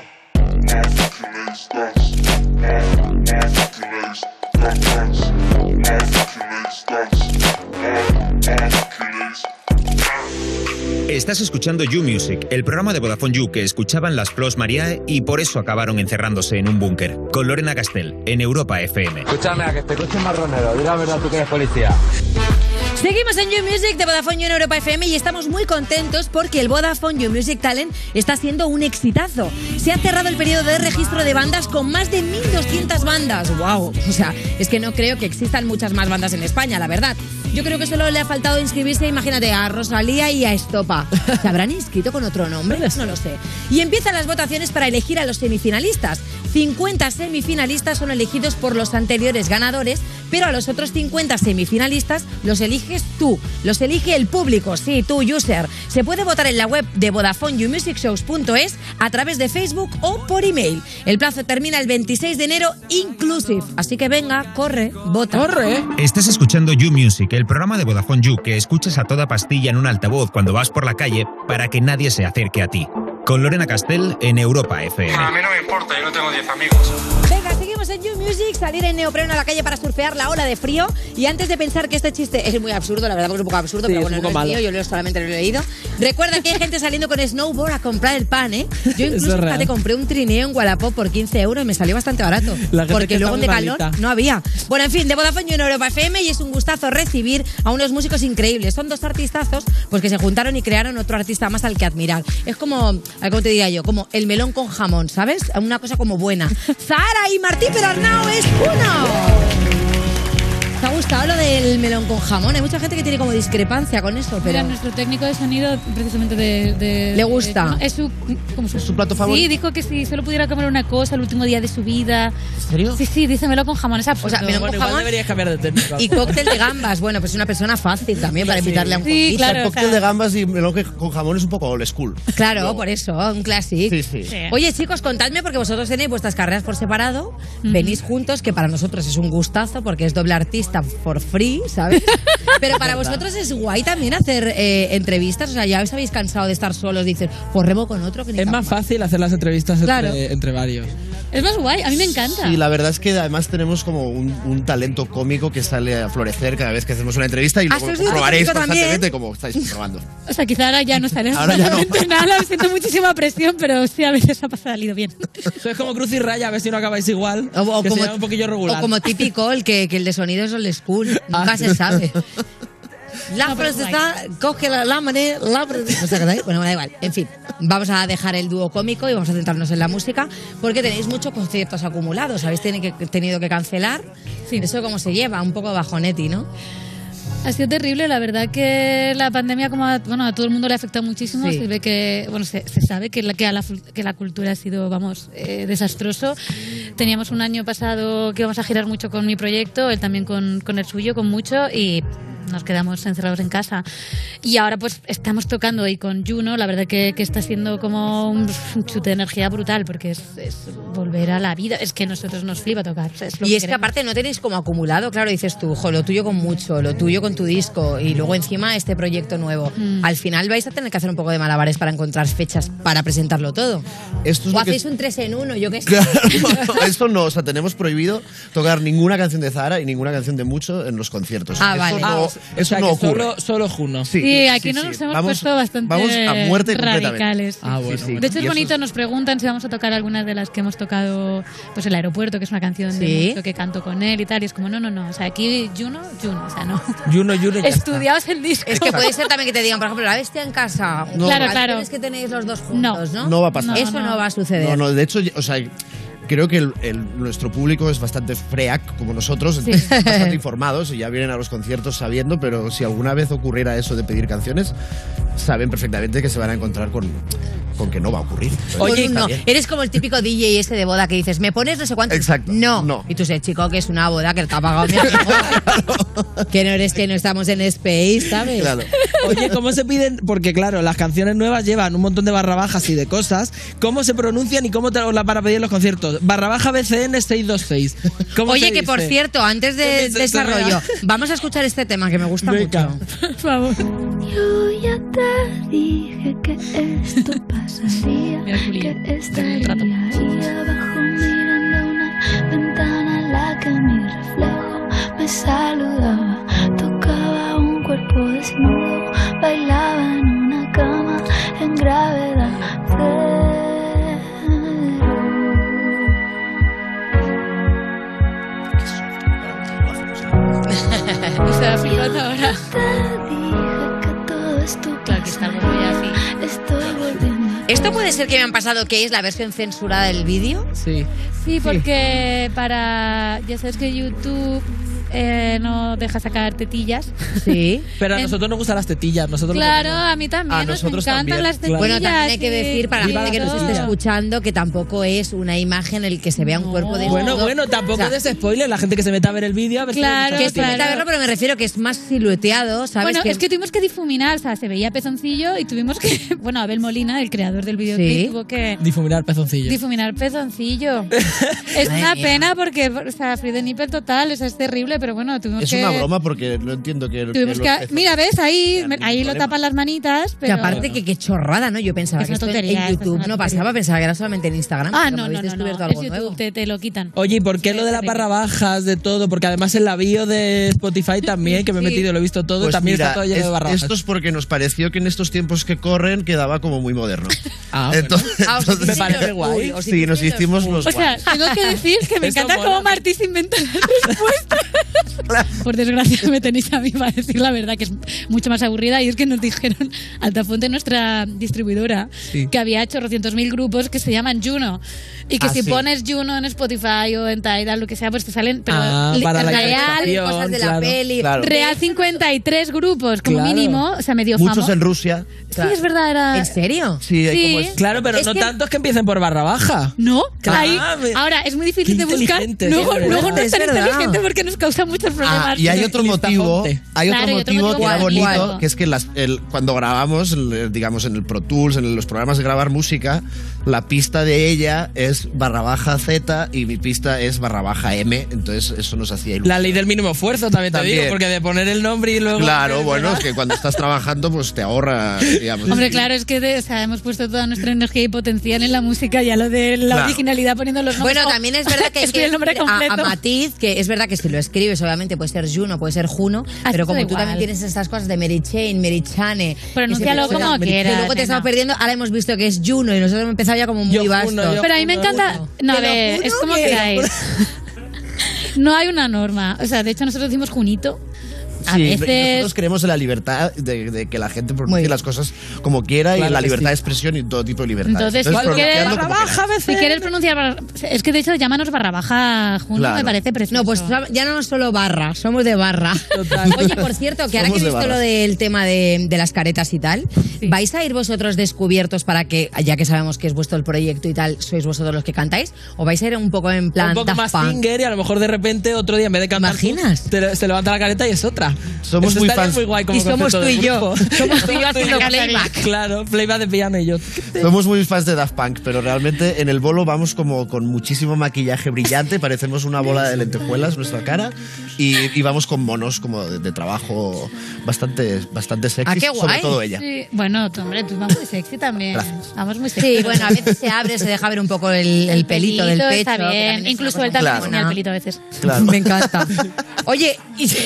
[SPEAKER 6] Estás escuchando You Music, el programa de Vodafone You que escuchaban las Flos Mariae y por eso acabaron encerrándose en un búnker, con Lorena Castell, en Europa FM.
[SPEAKER 9] Escúchame, a que este coche es marronero, di la verdad, tú que eres policía.
[SPEAKER 3] Seguimos en You Music de Vodafone You en Europa FM y estamos muy contentos porque el Vodafone You Music Talent está siendo un exitazo. Se ha cerrado el periodo de registro de bandas con más de 1.200 bandas. ¡Wow! O sea, es que no creo que existan muchas más bandas en España, la verdad. Yo creo que solo le ha faltado inscribirse, imagínate, a Rosalía y a Estopa. ¿Se habrán inscrito con otro nombre? No lo sé. Y empiezan las votaciones para elegir a los semifinalistas. 50 semifinalistas son elegidos por los anteriores ganadores, pero a los otros 50 semifinalistas los eliges tú, los elige el público, sí, tú, user. Se puede votar en la web de VodafoneYouMusicShows.es, a través de Facebook o por email. El plazo termina el 26 de enero inclusive, así que venga, corre, vota.
[SPEAKER 4] ¡Corre!
[SPEAKER 6] Estás escuchando You Music, el programa de Vodafone You que escuchas a toda pastilla en un altavoz cuando vas por la calle para que nadie se acerque a ti. Con Lorena Castell en Europa FM.
[SPEAKER 9] A mí no me importa, yo no tengo 10 amigos.
[SPEAKER 3] Venga, seguimos en You Music, salir en neopreno a la calle para surfear la ola de frío. Y antes de pensar que este chiste es muy absurdo, la verdad que es un poco absurdo,
[SPEAKER 4] sí,
[SPEAKER 3] pero bueno, no es mío, yo solamente lo he leído. Recuerda que hay gente saliendo con snowboard a comprar el pan, ¿eh? Yo incluso te compré un trineo en Wallapop por 15 euros y me salió bastante barato. Porque luego de calor no había. Bueno, en fin, de Vodafone You en Europa FM, y es un gustazo recibir a unos músicos increíbles. Son 2 artistazos pues que se juntaron y crearon otro artista más al que admirar. Es como, ¿cómo te diría yo? Como el melón con jamón, ¿sabes? Una cosa como buena. Zahara y Martí Perarnau es uno. ¿Te ha gustado lo del melón con jamón? Hay mucha gente que tiene como discrepancia con eso, pero...
[SPEAKER 5] Mira, nuestro técnico de sonido, precisamente
[SPEAKER 3] ¿Le gusta?
[SPEAKER 5] Es su
[SPEAKER 11] plato favorito.
[SPEAKER 5] Sí, dijo que si solo pudiera comer una cosa el último día de su vida.
[SPEAKER 11] ¿En serio?
[SPEAKER 5] Sí, dice melón con jamón, es absurdo.
[SPEAKER 3] O sea, melón con jamón
[SPEAKER 4] deberías cambiar de técnico.
[SPEAKER 3] Y cóctel de gambas. Bueno, pues es una persona fácil también para invitarle a un
[SPEAKER 5] sí, claro,
[SPEAKER 11] el cóctel de gambas y melón con jamón es un poco old school.
[SPEAKER 3] Claro, luego. Por eso, un clásico.
[SPEAKER 11] Sí.
[SPEAKER 3] Oye, chicos, contadme, porque vosotros tenéis vuestras carreras por separado, venís juntos, que para nosotros es un gustazo, porque es doble artista for free, ¿sabes? Pero para vosotros es guay también hacer entrevistas, o sea, ya os habéis cansado de estar solos, dicen, pues remo con otro. Que
[SPEAKER 4] es más fácil hacer las entrevistas entre varios.
[SPEAKER 12] Es más guay, a mí me encanta.
[SPEAKER 11] Y la verdad es que además tenemos como un talento cómico que sale a florecer cada vez que hacemos una entrevista y luego probaréis constantemente como estáis probando.
[SPEAKER 12] O sea, quizá ahora ya no sale
[SPEAKER 11] Ahora ya no.
[SPEAKER 12] nada, siento muchísima presión, pero sí, a veces ha salido bien.
[SPEAKER 4] Eso es como cruz y raya, a ver si no acabáis igual,
[SPEAKER 3] o
[SPEAKER 4] que
[SPEAKER 3] como,
[SPEAKER 4] sea un poquillo regular.
[SPEAKER 3] O como típico, el que el de sonido es el school, nunca se sabe. La está, coge la manera, ¿no se acordáis? Bueno, da igual. En fin, vamos a dejar el dúo cómico y vamos a centrarnos en la música porque tenéis muchos conciertos acumulados. Habéis tenido que cancelar. Sí. Eso cómo se lleva, un poco bajonetti, ¿no?
[SPEAKER 12] Ha sido terrible, la verdad que la pandemia como a todo el mundo le ha afectado muchísimo.
[SPEAKER 3] Sí.
[SPEAKER 12] Se ve que, se sabe que la cultura ha sido, desastroso. Teníamos un año pasado que íbamos a girar mucho con mi proyecto, él también con el suyo, con mucho, y nos quedamos encerrados en casa. Y ahora pues estamos tocando ahí con Juno, la verdad que está siendo como un chute de energía brutal, porque es volver a la vida. Es que a nosotros nos flipa tocar. O sea,
[SPEAKER 3] y es que aparte no tenéis como acumulado, claro, dices tú, lo tuyo con mucho, lo tuyo con tu disco y luego encima este proyecto nuevo. Al final vais a tener que hacer un poco de malabares para encontrar fechas para presentarlo todo.
[SPEAKER 11] Esto
[SPEAKER 3] o hacéis un 3 en 1, yo qué sé.
[SPEAKER 11] Claro, esto no, o sea, tenemos prohibido tocar ninguna canción de Zahara y ninguna canción de Mucho en los conciertos.
[SPEAKER 3] Ah, vale.
[SPEAKER 11] Eso no ocurre.
[SPEAKER 4] Solo Juno.
[SPEAKER 12] Sí, aquí nos hemos puesto bastante
[SPEAKER 11] vamos a muerte
[SPEAKER 12] radicales.
[SPEAKER 11] Bueno.
[SPEAKER 12] De hecho es bonito, nos preguntan si vamos a tocar algunas de las que hemos tocado, pues El Aeropuerto, que es una canción de Mucho que canto con él y tal, y es como no, o sea, aquí Juno, o sea, no.
[SPEAKER 4] Juno ya
[SPEAKER 12] estudiaos el disco.
[SPEAKER 3] Es que puede ser también que te digan, por ejemplo, La Bestia en casa.
[SPEAKER 11] No.
[SPEAKER 12] Claro.
[SPEAKER 3] Es que tenéis los dos juntos, ¿no?
[SPEAKER 11] No va a pasar.
[SPEAKER 3] Eso no va a suceder.
[SPEAKER 11] No, de hecho, o sea, creo que nuestro público es bastante freak como nosotros, bastante informados y ya vienen a los conciertos sabiendo, pero si alguna vez ocurriera eso de pedir canciones, saben perfectamente que se van a encontrar con que no va a ocurrir.
[SPEAKER 3] Oye, no, eres como el típico DJ ese de boda que dices, ¿me pones no sé cuánto?
[SPEAKER 11] Exacto.
[SPEAKER 3] No. Y tú dices, chico, que es una boda que te ha pagado mi amigo. Que no eres que no estamos en Space, ¿sabes?
[SPEAKER 11] Claro.
[SPEAKER 4] Oye, ¿cómo se piden? Porque claro, las canciones nuevas llevan un montón de barra bajas y de cosas. ¿Cómo se pronuncian y cómo te las van a pedir en los conciertos? Barra baja BCN 626.
[SPEAKER 3] Oye, que por cierto, antes de desarrollo, vamos a escuchar este tema que me gusta mucho.
[SPEAKER 12] Por favor.
[SPEAKER 22] Yo ya te dije que esto pasaría, que estaría ahí abajo mirando una ventana en la que mi reflejo me saludaba. Tocaba un cuerpo desnudo, bailaba en una cama en gravedad cero.
[SPEAKER 12] O sea, flipando ahora.
[SPEAKER 22] Te dije que todo esto pasaría. Estoy volviendo.
[SPEAKER 3] ¿Esto puede ser que me han pasado que es la versión censurada del vídeo?
[SPEAKER 4] Sí.
[SPEAKER 12] Sí, porque ya sabes que YouTube no deja sacar tetillas.
[SPEAKER 3] Sí.
[SPEAKER 4] Pero a nosotros nos gustan las tetillas.
[SPEAKER 12] Claro, a mí también. Nos encantan las tetillas.
[SPEAKER 3] Bueno, también hay que decir para la gente que nos esté escuchando que tampoco es una imagen en el que se vea un cuerpo de
[SPEAKER 4] Bueno, tampoco des spoiler. La gente que se meta a ver el vídeo a ver
[SPEAKER 12] claro,
[SPEAKER 3] que se meta a verlo, pero me refiero que es más silueteado, ¿sabes?
[SPEAKER 12] Bueno, es que tuvimos que difuminar, o sea, se veía pezoncillo y tuvimos que... Bueno, Abel Molina, el creador del videoclip, tuvo que...
[SPEAKER 4] Difuminar pezoncillo.
[SPEAKER 12] Es una pena porque, o sea, free the nipple total, o sea, es terrible, pero bueno, tuvimos
[SPEAKER 11] es
[SPEAKER 12] que...
[SPEAKER 11] una broma porque no entiendo que...
[SPEAKER 12] Mira, ¿ves? Ahí lo tapan las manitas, pero...
[SPEAKER 3] Que aparte que qué chorrada, ¿no? Yo pensaba
[SPEAKER 12] es
[SPEAKER 3] que esto
[SPEAKER 12] tontería,
[SPEAKER 3] en YouTube no pasaba, pensaba que era solamente en Instagram.
[SPEAKER 12] No,
[SPEAKER 3] algo
[SPEAKER 12] es
[SPEAKER 3] nuevo.
[SPEAKER 12] YouTube, te lo quitan.
[SPEAKER 4] Oye, ¿y por qué lo de las barra bajas, de todo? Porque además en la bio de Spotify también, que me he metido, lo he visto todo,
[SPEAKER 11] pues
[SPEAKER 4] también
[SPEAKER 11] mira,
[SPEAKER 4] está todo lleno de barra bajas.
[SPEAKER 11] Esto es porque nos pareció que en estos tiempos que corren quedaba como muy moderno.
[SPEAKER 4] Entonces, me parece guay.
[SPEAKER 11] Sí, nos hicimos los
[SPEAKER 12] O sea, tengo que decir que me encanta cómo Martí se inventa las respuestas. Por desgracia me tenéis a mí para decir la verdad, que es mucho más aburrida, y es que nos dijeron Altafonte, nuestra distribuidora, que había hecho 200.000 grupos que se llaman Juno, y que si pones Juno en Spotify o en Tidal, lo que sea, pues te salen, pero
[SPEAKER 4] para
[SPEAKER 3] real, cosas de la peli.
[SPEAKER 11] Claro.
[SPEAKER 12] Real 53 grupos como mínimo, o sea, medio
[SPEAKER 11] muchos
[SPEAKER 12] famosos.
[SPEAKER 11] en Rusia.
[SPEAKER 12] Sí, es verdad, era...
[SPEAKER 3] ¿En serio?
[SPEAKER 11] Sí,
[SPEAKER 12] Sí.
[SPEAKER 11] como es.
[SPEAKER 4] Claro, pero
[SPEAKER 3] Es
[SPEAKER 4] no
[SPEAKER 3] que-
[SPEAKER 4] tantos que empiecen por barra baja.
[SPEAKER 12] No, ahí,
[SPEAKER 4] me-
[SPEAKER 12] ahora es muy difícil
[SPEAKER 4] Qué
[SPEAKER 12] de buscar.
[SPEAKER 4] inteligente,
[SPEAKER 12] Luego
[SPEAKER 4] siempre,
[SPEAKER 12] no
[SPEAKER 4] ¿no?
[SPEAKER 12] es tan
[SPEAKER 3] Es verdad.
[SPEAKER 12] inteligente porque nos causa muchos problemas.
[SPEAKER 11] Y hay otro motivo,
[SPEAKER 12] Claro, y otro motivo
[SPEAKER 11] que era
[SPEAKER 12] guay.
[SPEAKER 11] bonito, que es que cuando grabamos, digamos en el Pro Tools, en los programas de grabar música, la pista de ella es /Z y mi pista es /M, entonces eso nos hacía ilusión.
[SPEAKER 4] La ley del mínimo esfuerzo también te digo, porque de poner el nombre y luego...
[SPEAKER 11] Claro, bueno, es que cuando estás trabajando pues te ahorra, digamos.
[SPEAKER 12] Hombre, claro, es que hemos puesto toda nuestra energía y potencial en la música, ya lo de la originalidad poniendo los nombres.
[SPEAKER 3] Bueno, también es verdad que,
[SPEAKER 12] el nombre completo.
[SPEAKER 3] A Matiz, que es verdad que si lo escribes, obviamente puede ser Juno, puede ser Juno, pero como tú también tienes estas cosas de Mary Chain, Mary Chane...
[SPEAKER 12] Pronúncialo como quieras.
[SPEAKER 3] Que luego te estamos perdiendo, ahora hemos visto que es Juno y nosotros hemos empezado ya como muy vasto.
[SPEAKER 12] Pero a mí me encanta... No, a ver, es como queráis. No hay una norma. O sea, de hecho nosotros decimos Junito. A veces...
[SPEAKER 11] nosotros creemos en la libertad de que la gente pronuncie las cosas como quiera, y en la libertad de expresión y todo tipo de libertad.
[SPEAKER 12] Entonces si quieres pronunciar... Es que de hecho llámanos /, Juno, me parece precioso.
[SPEAKER 3] No, pues ya no solo barra, somos de barra. Total. Oye, por cierto, que ahora que he visto lo del tema de las caretas y tal, ¿vais a ir vosotros descubiertos para que, ya que sabemos que es vuestro el proyecto y tal, sois vosotros los que cantáis? ¿O vais a ir un poco en plan
[SPEAKER 4] un poco más singer y a lo mejor de repente otro día en vez de cantar...
[SPEAKER 3] ¿Imaginas?
[SPEAKER 4] Se levanta la careta y es otra.
[SPEAKER 11] Somos muy fans.
[SPEAKER 4] Muy guay como
[SPEAKER 3] y somos tú y yo. Somos tú y yo haciendo playback.
[SPEAKER 4] Claro, playback de piano y yo.
[SPEAKER 11] Somos muy fans de Daft Punk, pero realmente en el bolo vamos como con muchísimo maquillaje brillante, parecemos una bola de lentejuelas nuestra cara, y vamos con monos como de trabajo bastante sexy.
[SPEAKER 3] ¿Ah, qué guay?
[SPEAKER 11] Sobre todo ella.
[SPEAKER 12] Sí. Bueno, hombre, tú vas muy sexy también.
[SPEAKER 11] Gracias.
[SPEAKER 12] Vamos muy sexy.
[SPEAKER 3] Sí, bueno, a veces se abre, se deja ver un poco el pelito del pecho.
[SPEAKER 12] Está bien. Incluso él también enseña el pelito a veces.
[SPEAKER 11] Claro.
[SPEAKER 3] Me encanta. Oye,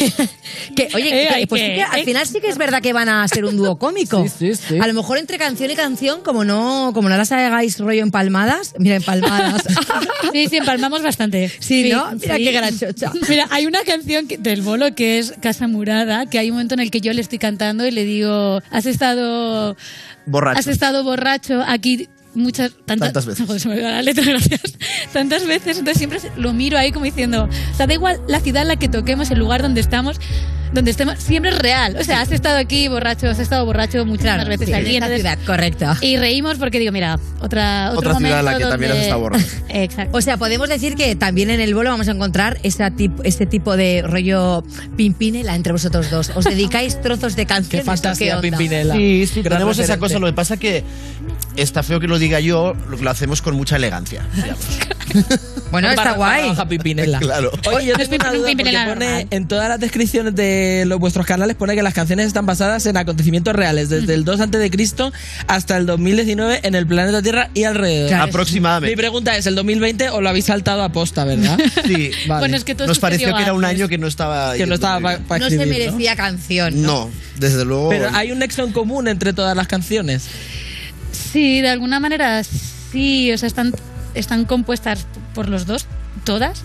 [SPEAKER 3] pues sí que al final sí que es verdad que van a ser un dúo cómico.
[SPEAKER 4] Sí.
[SPEAKER 3] A lo mejor entre canción y canción, como no las hagáis rollo empalmadas. Mira, empalmadas.
[SPEAKER 12] Sí, empalmamos bastante.
[SPEAKER 3] Sí, ¿no? Mira qué grachocha.
[SPEAKER 12] Mira, hay una canción del bolo que es Casa Murada, que hay un momento en el que yo le estoy cantando y le digo, has estado borracho aquí tantas veces. Joder, se me olvidó la letra, gracias. Tantas veces, entonces siempre lo miro ahí como diciendo, o sea, da igual la ciudad en la que toquemos, el lugar donde estemos, siempre es real. O sea, has estado aquí borracho, has estado borracho muchas veces aquí.
[SPEAKER 3] En esta ciudad, correcto.
[SPEAKER 12] Y reímos porque digo, mira, otro
[SPEAKER 11] ciudad en la que también has estado borracho.
[SPEAKER 12] Exacto.
[SPEAKER 3] O sea, podemos decir que también en el bolo vamos a encontrar este tipo de rollo Pimpinela entre vosotros dos. ¿Os dedicáis trozos de canciones?
[SPEAKER 4] Qué fantasía, Pimpinela.
[SPEAKER 11] Sí, tenemos esa cosa. Lo que pasa que está feo que lo diga yo, lo hacemos con mucha elegancia.
[SPEAKER 3] Bueno, está guay.
[SPEAKER 4] Pimpinela.
[SPEAKER 11] Claro.
[SPEAKER 4] Oye, yo tengo una duda porque pone en todas las descripciones de vuestros canales pone que las canciones están basadas en acontecimientos reales, desde el 2 a.C. hasta el 2019 en el planeta Tierra y alrededor.
[SPEAKER 11] Claro, aproximadamente.
[SPEAKER 4] Mi pregunta es, ¿el 2020 o lo habéis saltado a posta, verdad?
[SPEAKER 11] Sí, vale.
[SPEAKER 12] Bueno, es que
[SPEAKER 11] nos pareció que era un año que no estaba...
[SPEAKER 3] No se merecía canción,
[SPEAKER 11] ¿no? No, desde luego...
[SPEAKER 4] Pero hay un nexo en común entre todas las canciones.
[SPEAKER 12] Sí, de alguna manera sí, o sea, están compuestas por los dos, todas.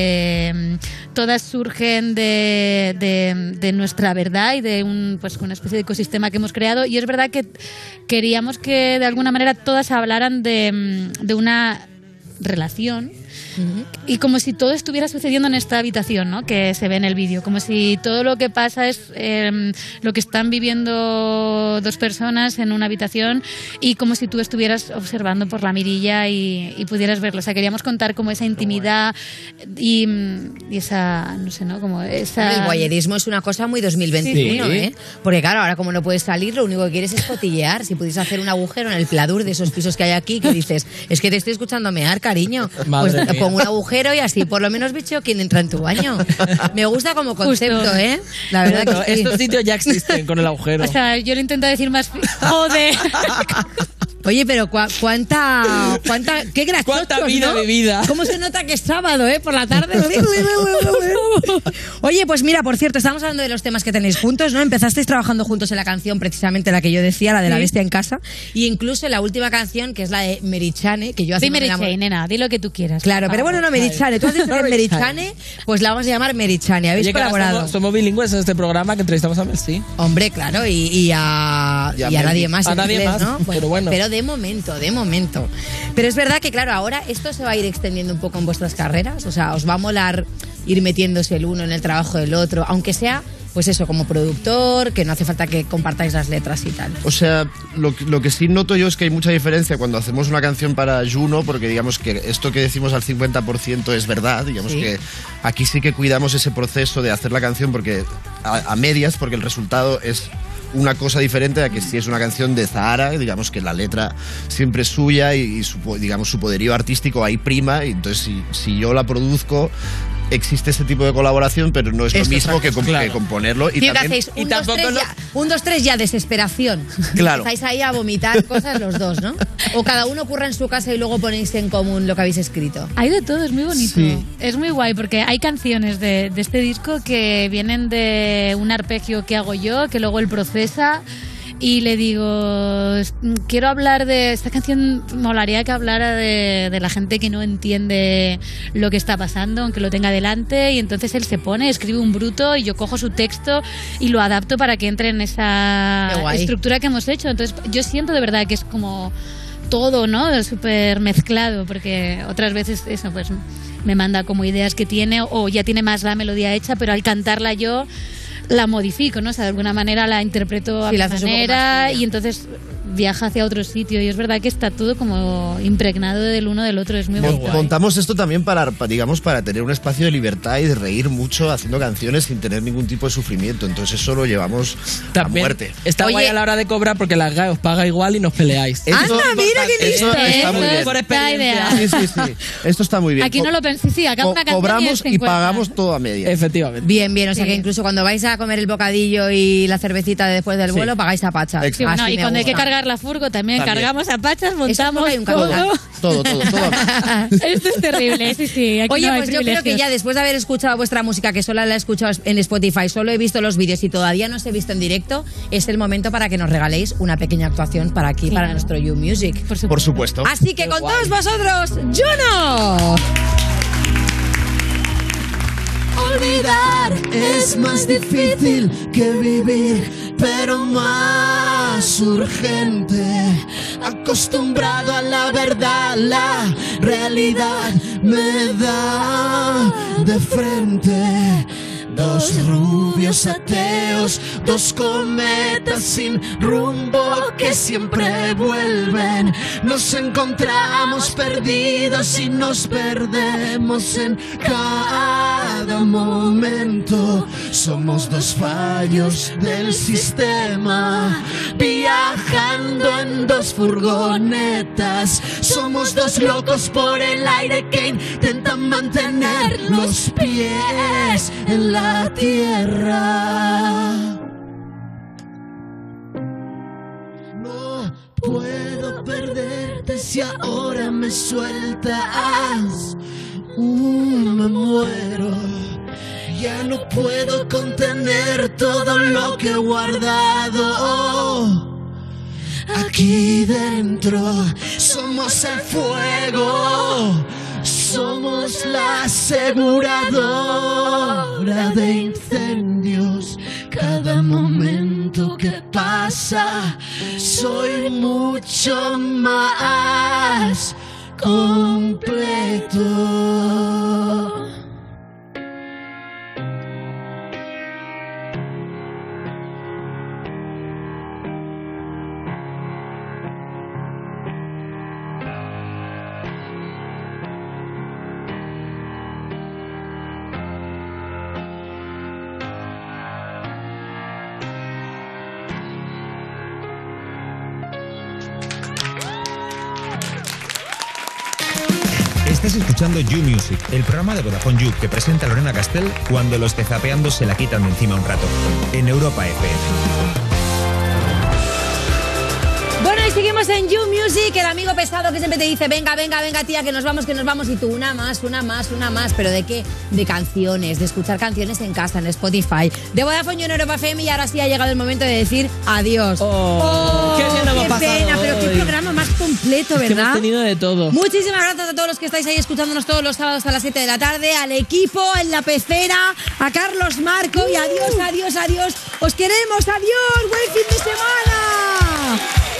[SPEAKER 12] Todas surgen de nuestra verdad y de una especie de ecosistema que hemos creado, y es verdad que queríamos que de alguna manera todas hablaran de una relación. Y como si todo estuviera sucediendo en esta habitación, ¿no? Que se ve en el vídeo, como si todo lo que pasa es lo que están viviendo dos personas en una habitación, y como si tú estuvieras observando por la mirilla y pudieras verlo. O sea, queríamos contar como esa intimidad y esa, no sé, ¿no? Como esa...
[SPEAKER 3] El voyerismo es una cosa muy 2021,
[SPEAKER 12] sí.
[SPEAKER 3] ¿eh? Porque claro, ahora como no puedes salir, lo único que quieres es cotillear. Si pudieras hacer un agujero en el pladur de esos pisos que hay aquí, que dices, es que te estoy escuchando mear, cariño.
[SPEAKER 4] Madre
[SPEAKER 3] pues
[SPEAKER 4] mía.
[SPEAKER 3] pongo un agujero y así por lo menos bicho quién entra en tu baño. Me gusta como concepto,
[SPEAKER 12] Justo.
[SPEAKER 3] ¿eh? La verdad
[SPEAKER 4] Bueno,
[SPEAKER 3] que sí.
[SPEAKER 4] estos sitios ya existen con el agujero.
[SPEAKER 12] O sea, yo lo intento decir más... ¡Joder!
[SPEAKER 3] Oye, pero cuánta qué grachosos,
[SPEAKER 4] ¿Cuánta vida
[SPEAKER 3] ¿no?
[SPEAKER 4] vivida?
[SPEAKER 3] ¿Cómo se nota que es sábado, por la tarde? Oye, pues mira, por cierto, estamos hablando de los temas que tenéis juntos, ¿no? Empezasteis trabajando juntos en la canción, precisamente la que yo decía, la de La Bestia en Casa, y incluso en la última canción, que es la de Mary Chane, que yo hace
[SPEAKER 12] Di Mary Chane, nena, di lo que tú quieras.
[SPEAKER 3] Claro, pero bueno, no, Mary Chane. Tú has dicho que es Mary Chane, pues la vamos a llamar Mary Chane. ¿Habéis
[SPEAKER 4] Oye, que
[SPEAKER 3] colaborado?
[SPEAKER 4] somos bilingües en este programa que entrevistamos a Messi.
[SPEAKER 3] Hombre, claro, y a nadie más.
[SPEAKER 4] A
[SPEAKER 3] en
[SPEAKER 4] nadie
[SPEAKER 3] inglés,
[SPEAKER 4] más,
[SPEAKER 3] ¿no?
[SPEAKER 4] pero bueno.
[SPEAKER 3] Pero de momento. Pero es verdad que, claro, ahora esto se va a ir extendiendo un poco en vuestras carreras. O sea, os va a molar ir metiéndose el uno en el trabajo del otro, aunque sea, pues eso, como productor, que no hace falta que compartáis las letras y tal.
[SPEAKER 11] O sea, lo que sí noto yo es que hay mucha diferencia cuando hacemos una canción para Juno, porque digamos que esto que decimos al 50% es verdad, digamos que aquí sí que cuidamos ese proceso de hacer la canción porque a medias, porque el resultado es una cosa diferente a que si es una canción de Zahara, digamos que la letra siempre es suya y su poderío artístico ahí prima, y entonces si yo la produzco, existe ese tipo de colaboración, pero no es lo mismo que componerlo. Y
[SPEAKER 3] ¿qué
[SPEAKER 11] también,
[SPEAKER 3] hacéis? Un, dos, tres ya, desesperación.
[SPEAKER 11] Claro.
[SPEAKER 3] Estáis ahí a vomitar cosas los dos, ¿no? O cada uno curra en su casa y luego ponéis en común lo que habéis escrito.
[SPEAKER 12] Hay de todo, es muy bonito.
[SPEAKER 11] Sí.
[SPEAKER 12] Es muy guay porque hay canciones de este disco que vienen de un arpegio que hago yo, que luego él procesa. Y le digo, quiero hablar de esta canción, molaría que hablara de la gente que no entiende lo que está pasando, aunque lo tenga delante, y entonces él se pone, escribe un bruto y yo cojo su texto y lo adapto para que entre en esa estructura que hemos hecho. Entonces yo siento de verdad que es como todo, ¿no? Súper mezclado, porque otras veces eso, pues me manda como ideas que tiene o ya tiene más la melodía hecha, pero al cantarla yo la modifico, ¿no? O sea, de alguna manera la interpreto a mi manera y entonces viaja hacia otro sitio, y es verdad que está todo como impregnado del uno del otro, es muy bonito.
[SPEAKER 11] Montamos esto también para tener un espacio de libertad y de reír mucho haciendo canciones sin tener ningún tipo de sufrimiento, entonces eso lo llevamos
[SPEAKER 4] también
[SPEAKER 11] a muerte.
[SPEAKER 4] Está guay a la hora de cobrar porque la GAE os paga igual y nos peleáis.
[SPEAKER 3] ¡Anda, mira qué listo!
[SPEAKER 11] Eso está muy bien.
[SPEAKER 4] Por experiencia.
[SPEAKER 11] Sí. Esto está muy bien.
[SPEAKER 12] Aquí no lo pensé, sí, acá una canción
[SPEAKER 11] cobramos y pagamos todo a media.
[SPEAKER 4] Efectivamente.
[SPEAKER 3] Bien, o sea que incluso cuando vais a comer el bocadillo y la cervecita después del vuelo, pagáis a pacha.
[SPEAKER 12] Sí, bueno, y cuando hay que cargar la furgo también cargamos a pachas, montamos
[SPEAKER 11] todo.
[SPEAKER 12] Esto es terrible, sí. Aquí
[SPEAKER 3] oye,
[SPEAKER 12] no hay
[SPEAKER 3] pues yo creo que ya después de haber escuchado vuestra música, que solo la he escuchado en Spotify, solo he visto los vídeos y todavía no os he visto en directo, es el momento para que nos regaléis una pequeña actuación para aquí, para nuestro You Music.
[SPEAKER 11] Por supuesto.
[SPEAKER 3] Así que con todos vosotros, Juno.
[SPEAKER 8] Olvidar es más difícil que vivir, pero más urgente. Acostumbrado a la verdad, la realidad me da de frente. Dos rubios ateos, dos cometas sin rumbo que siempre vuelven. Nos encontramos perdidos y nos perdemos en cada momento. Somos dos fallos del sistema, viajando en dos furgonetas. Somos dos locos por el aire que intentan mantener los pies en la tierra. No puedo perderte si ahora me sueltas. Me muero. Ya no puedo contener todo lo que he guardado. Aquí dentro somos el fuego. Somos la aseguradora de incendios. Cada momento que pasa soy mucho más completo.
[SPEAKER 6] Estás escuchando You Music, el programa de Vodafone You que presenta Lorena Castell cuando los tezapeando se la quitan de encima un rato. En Europa FM.
[SPEAKER 3] Bueno, y seguimos en You Music, el amigo pesado que siempre te dice, venga, tía, que nos vamos, y tú, una más, ¿pero de qué? De canciones, de escuchar canciones en casa, en Spotify, de Vodafone You en Europa FM, y ahora sí ha llegado el momento de decir adiós.
[SPEAKER 4] ¡Qué bien hemos pasado
[SPEAKER 3] pena, pero qué programa más completo, ¿verdad?
[SPEAKER 4] Que hemos tenido de todo.
[SPEAKER 3] Muchísimas gracias a todos los que estáis ahí escuchándonos todos los sábados a las 7 de la tarde, al equipo en la pecera, a Carlos Marco, y adiós. Os queremos, adiós, buen fin de semana.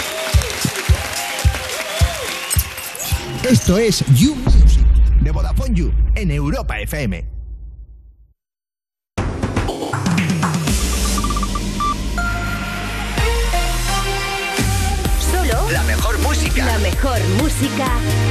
[SPEAKER 10] Esto es You Music de Vodafone You en Europa FM.
[SPEAKER 1] Solo
[SPEAKER 2] la mejor música.
[SPEAKER 1] La mejor música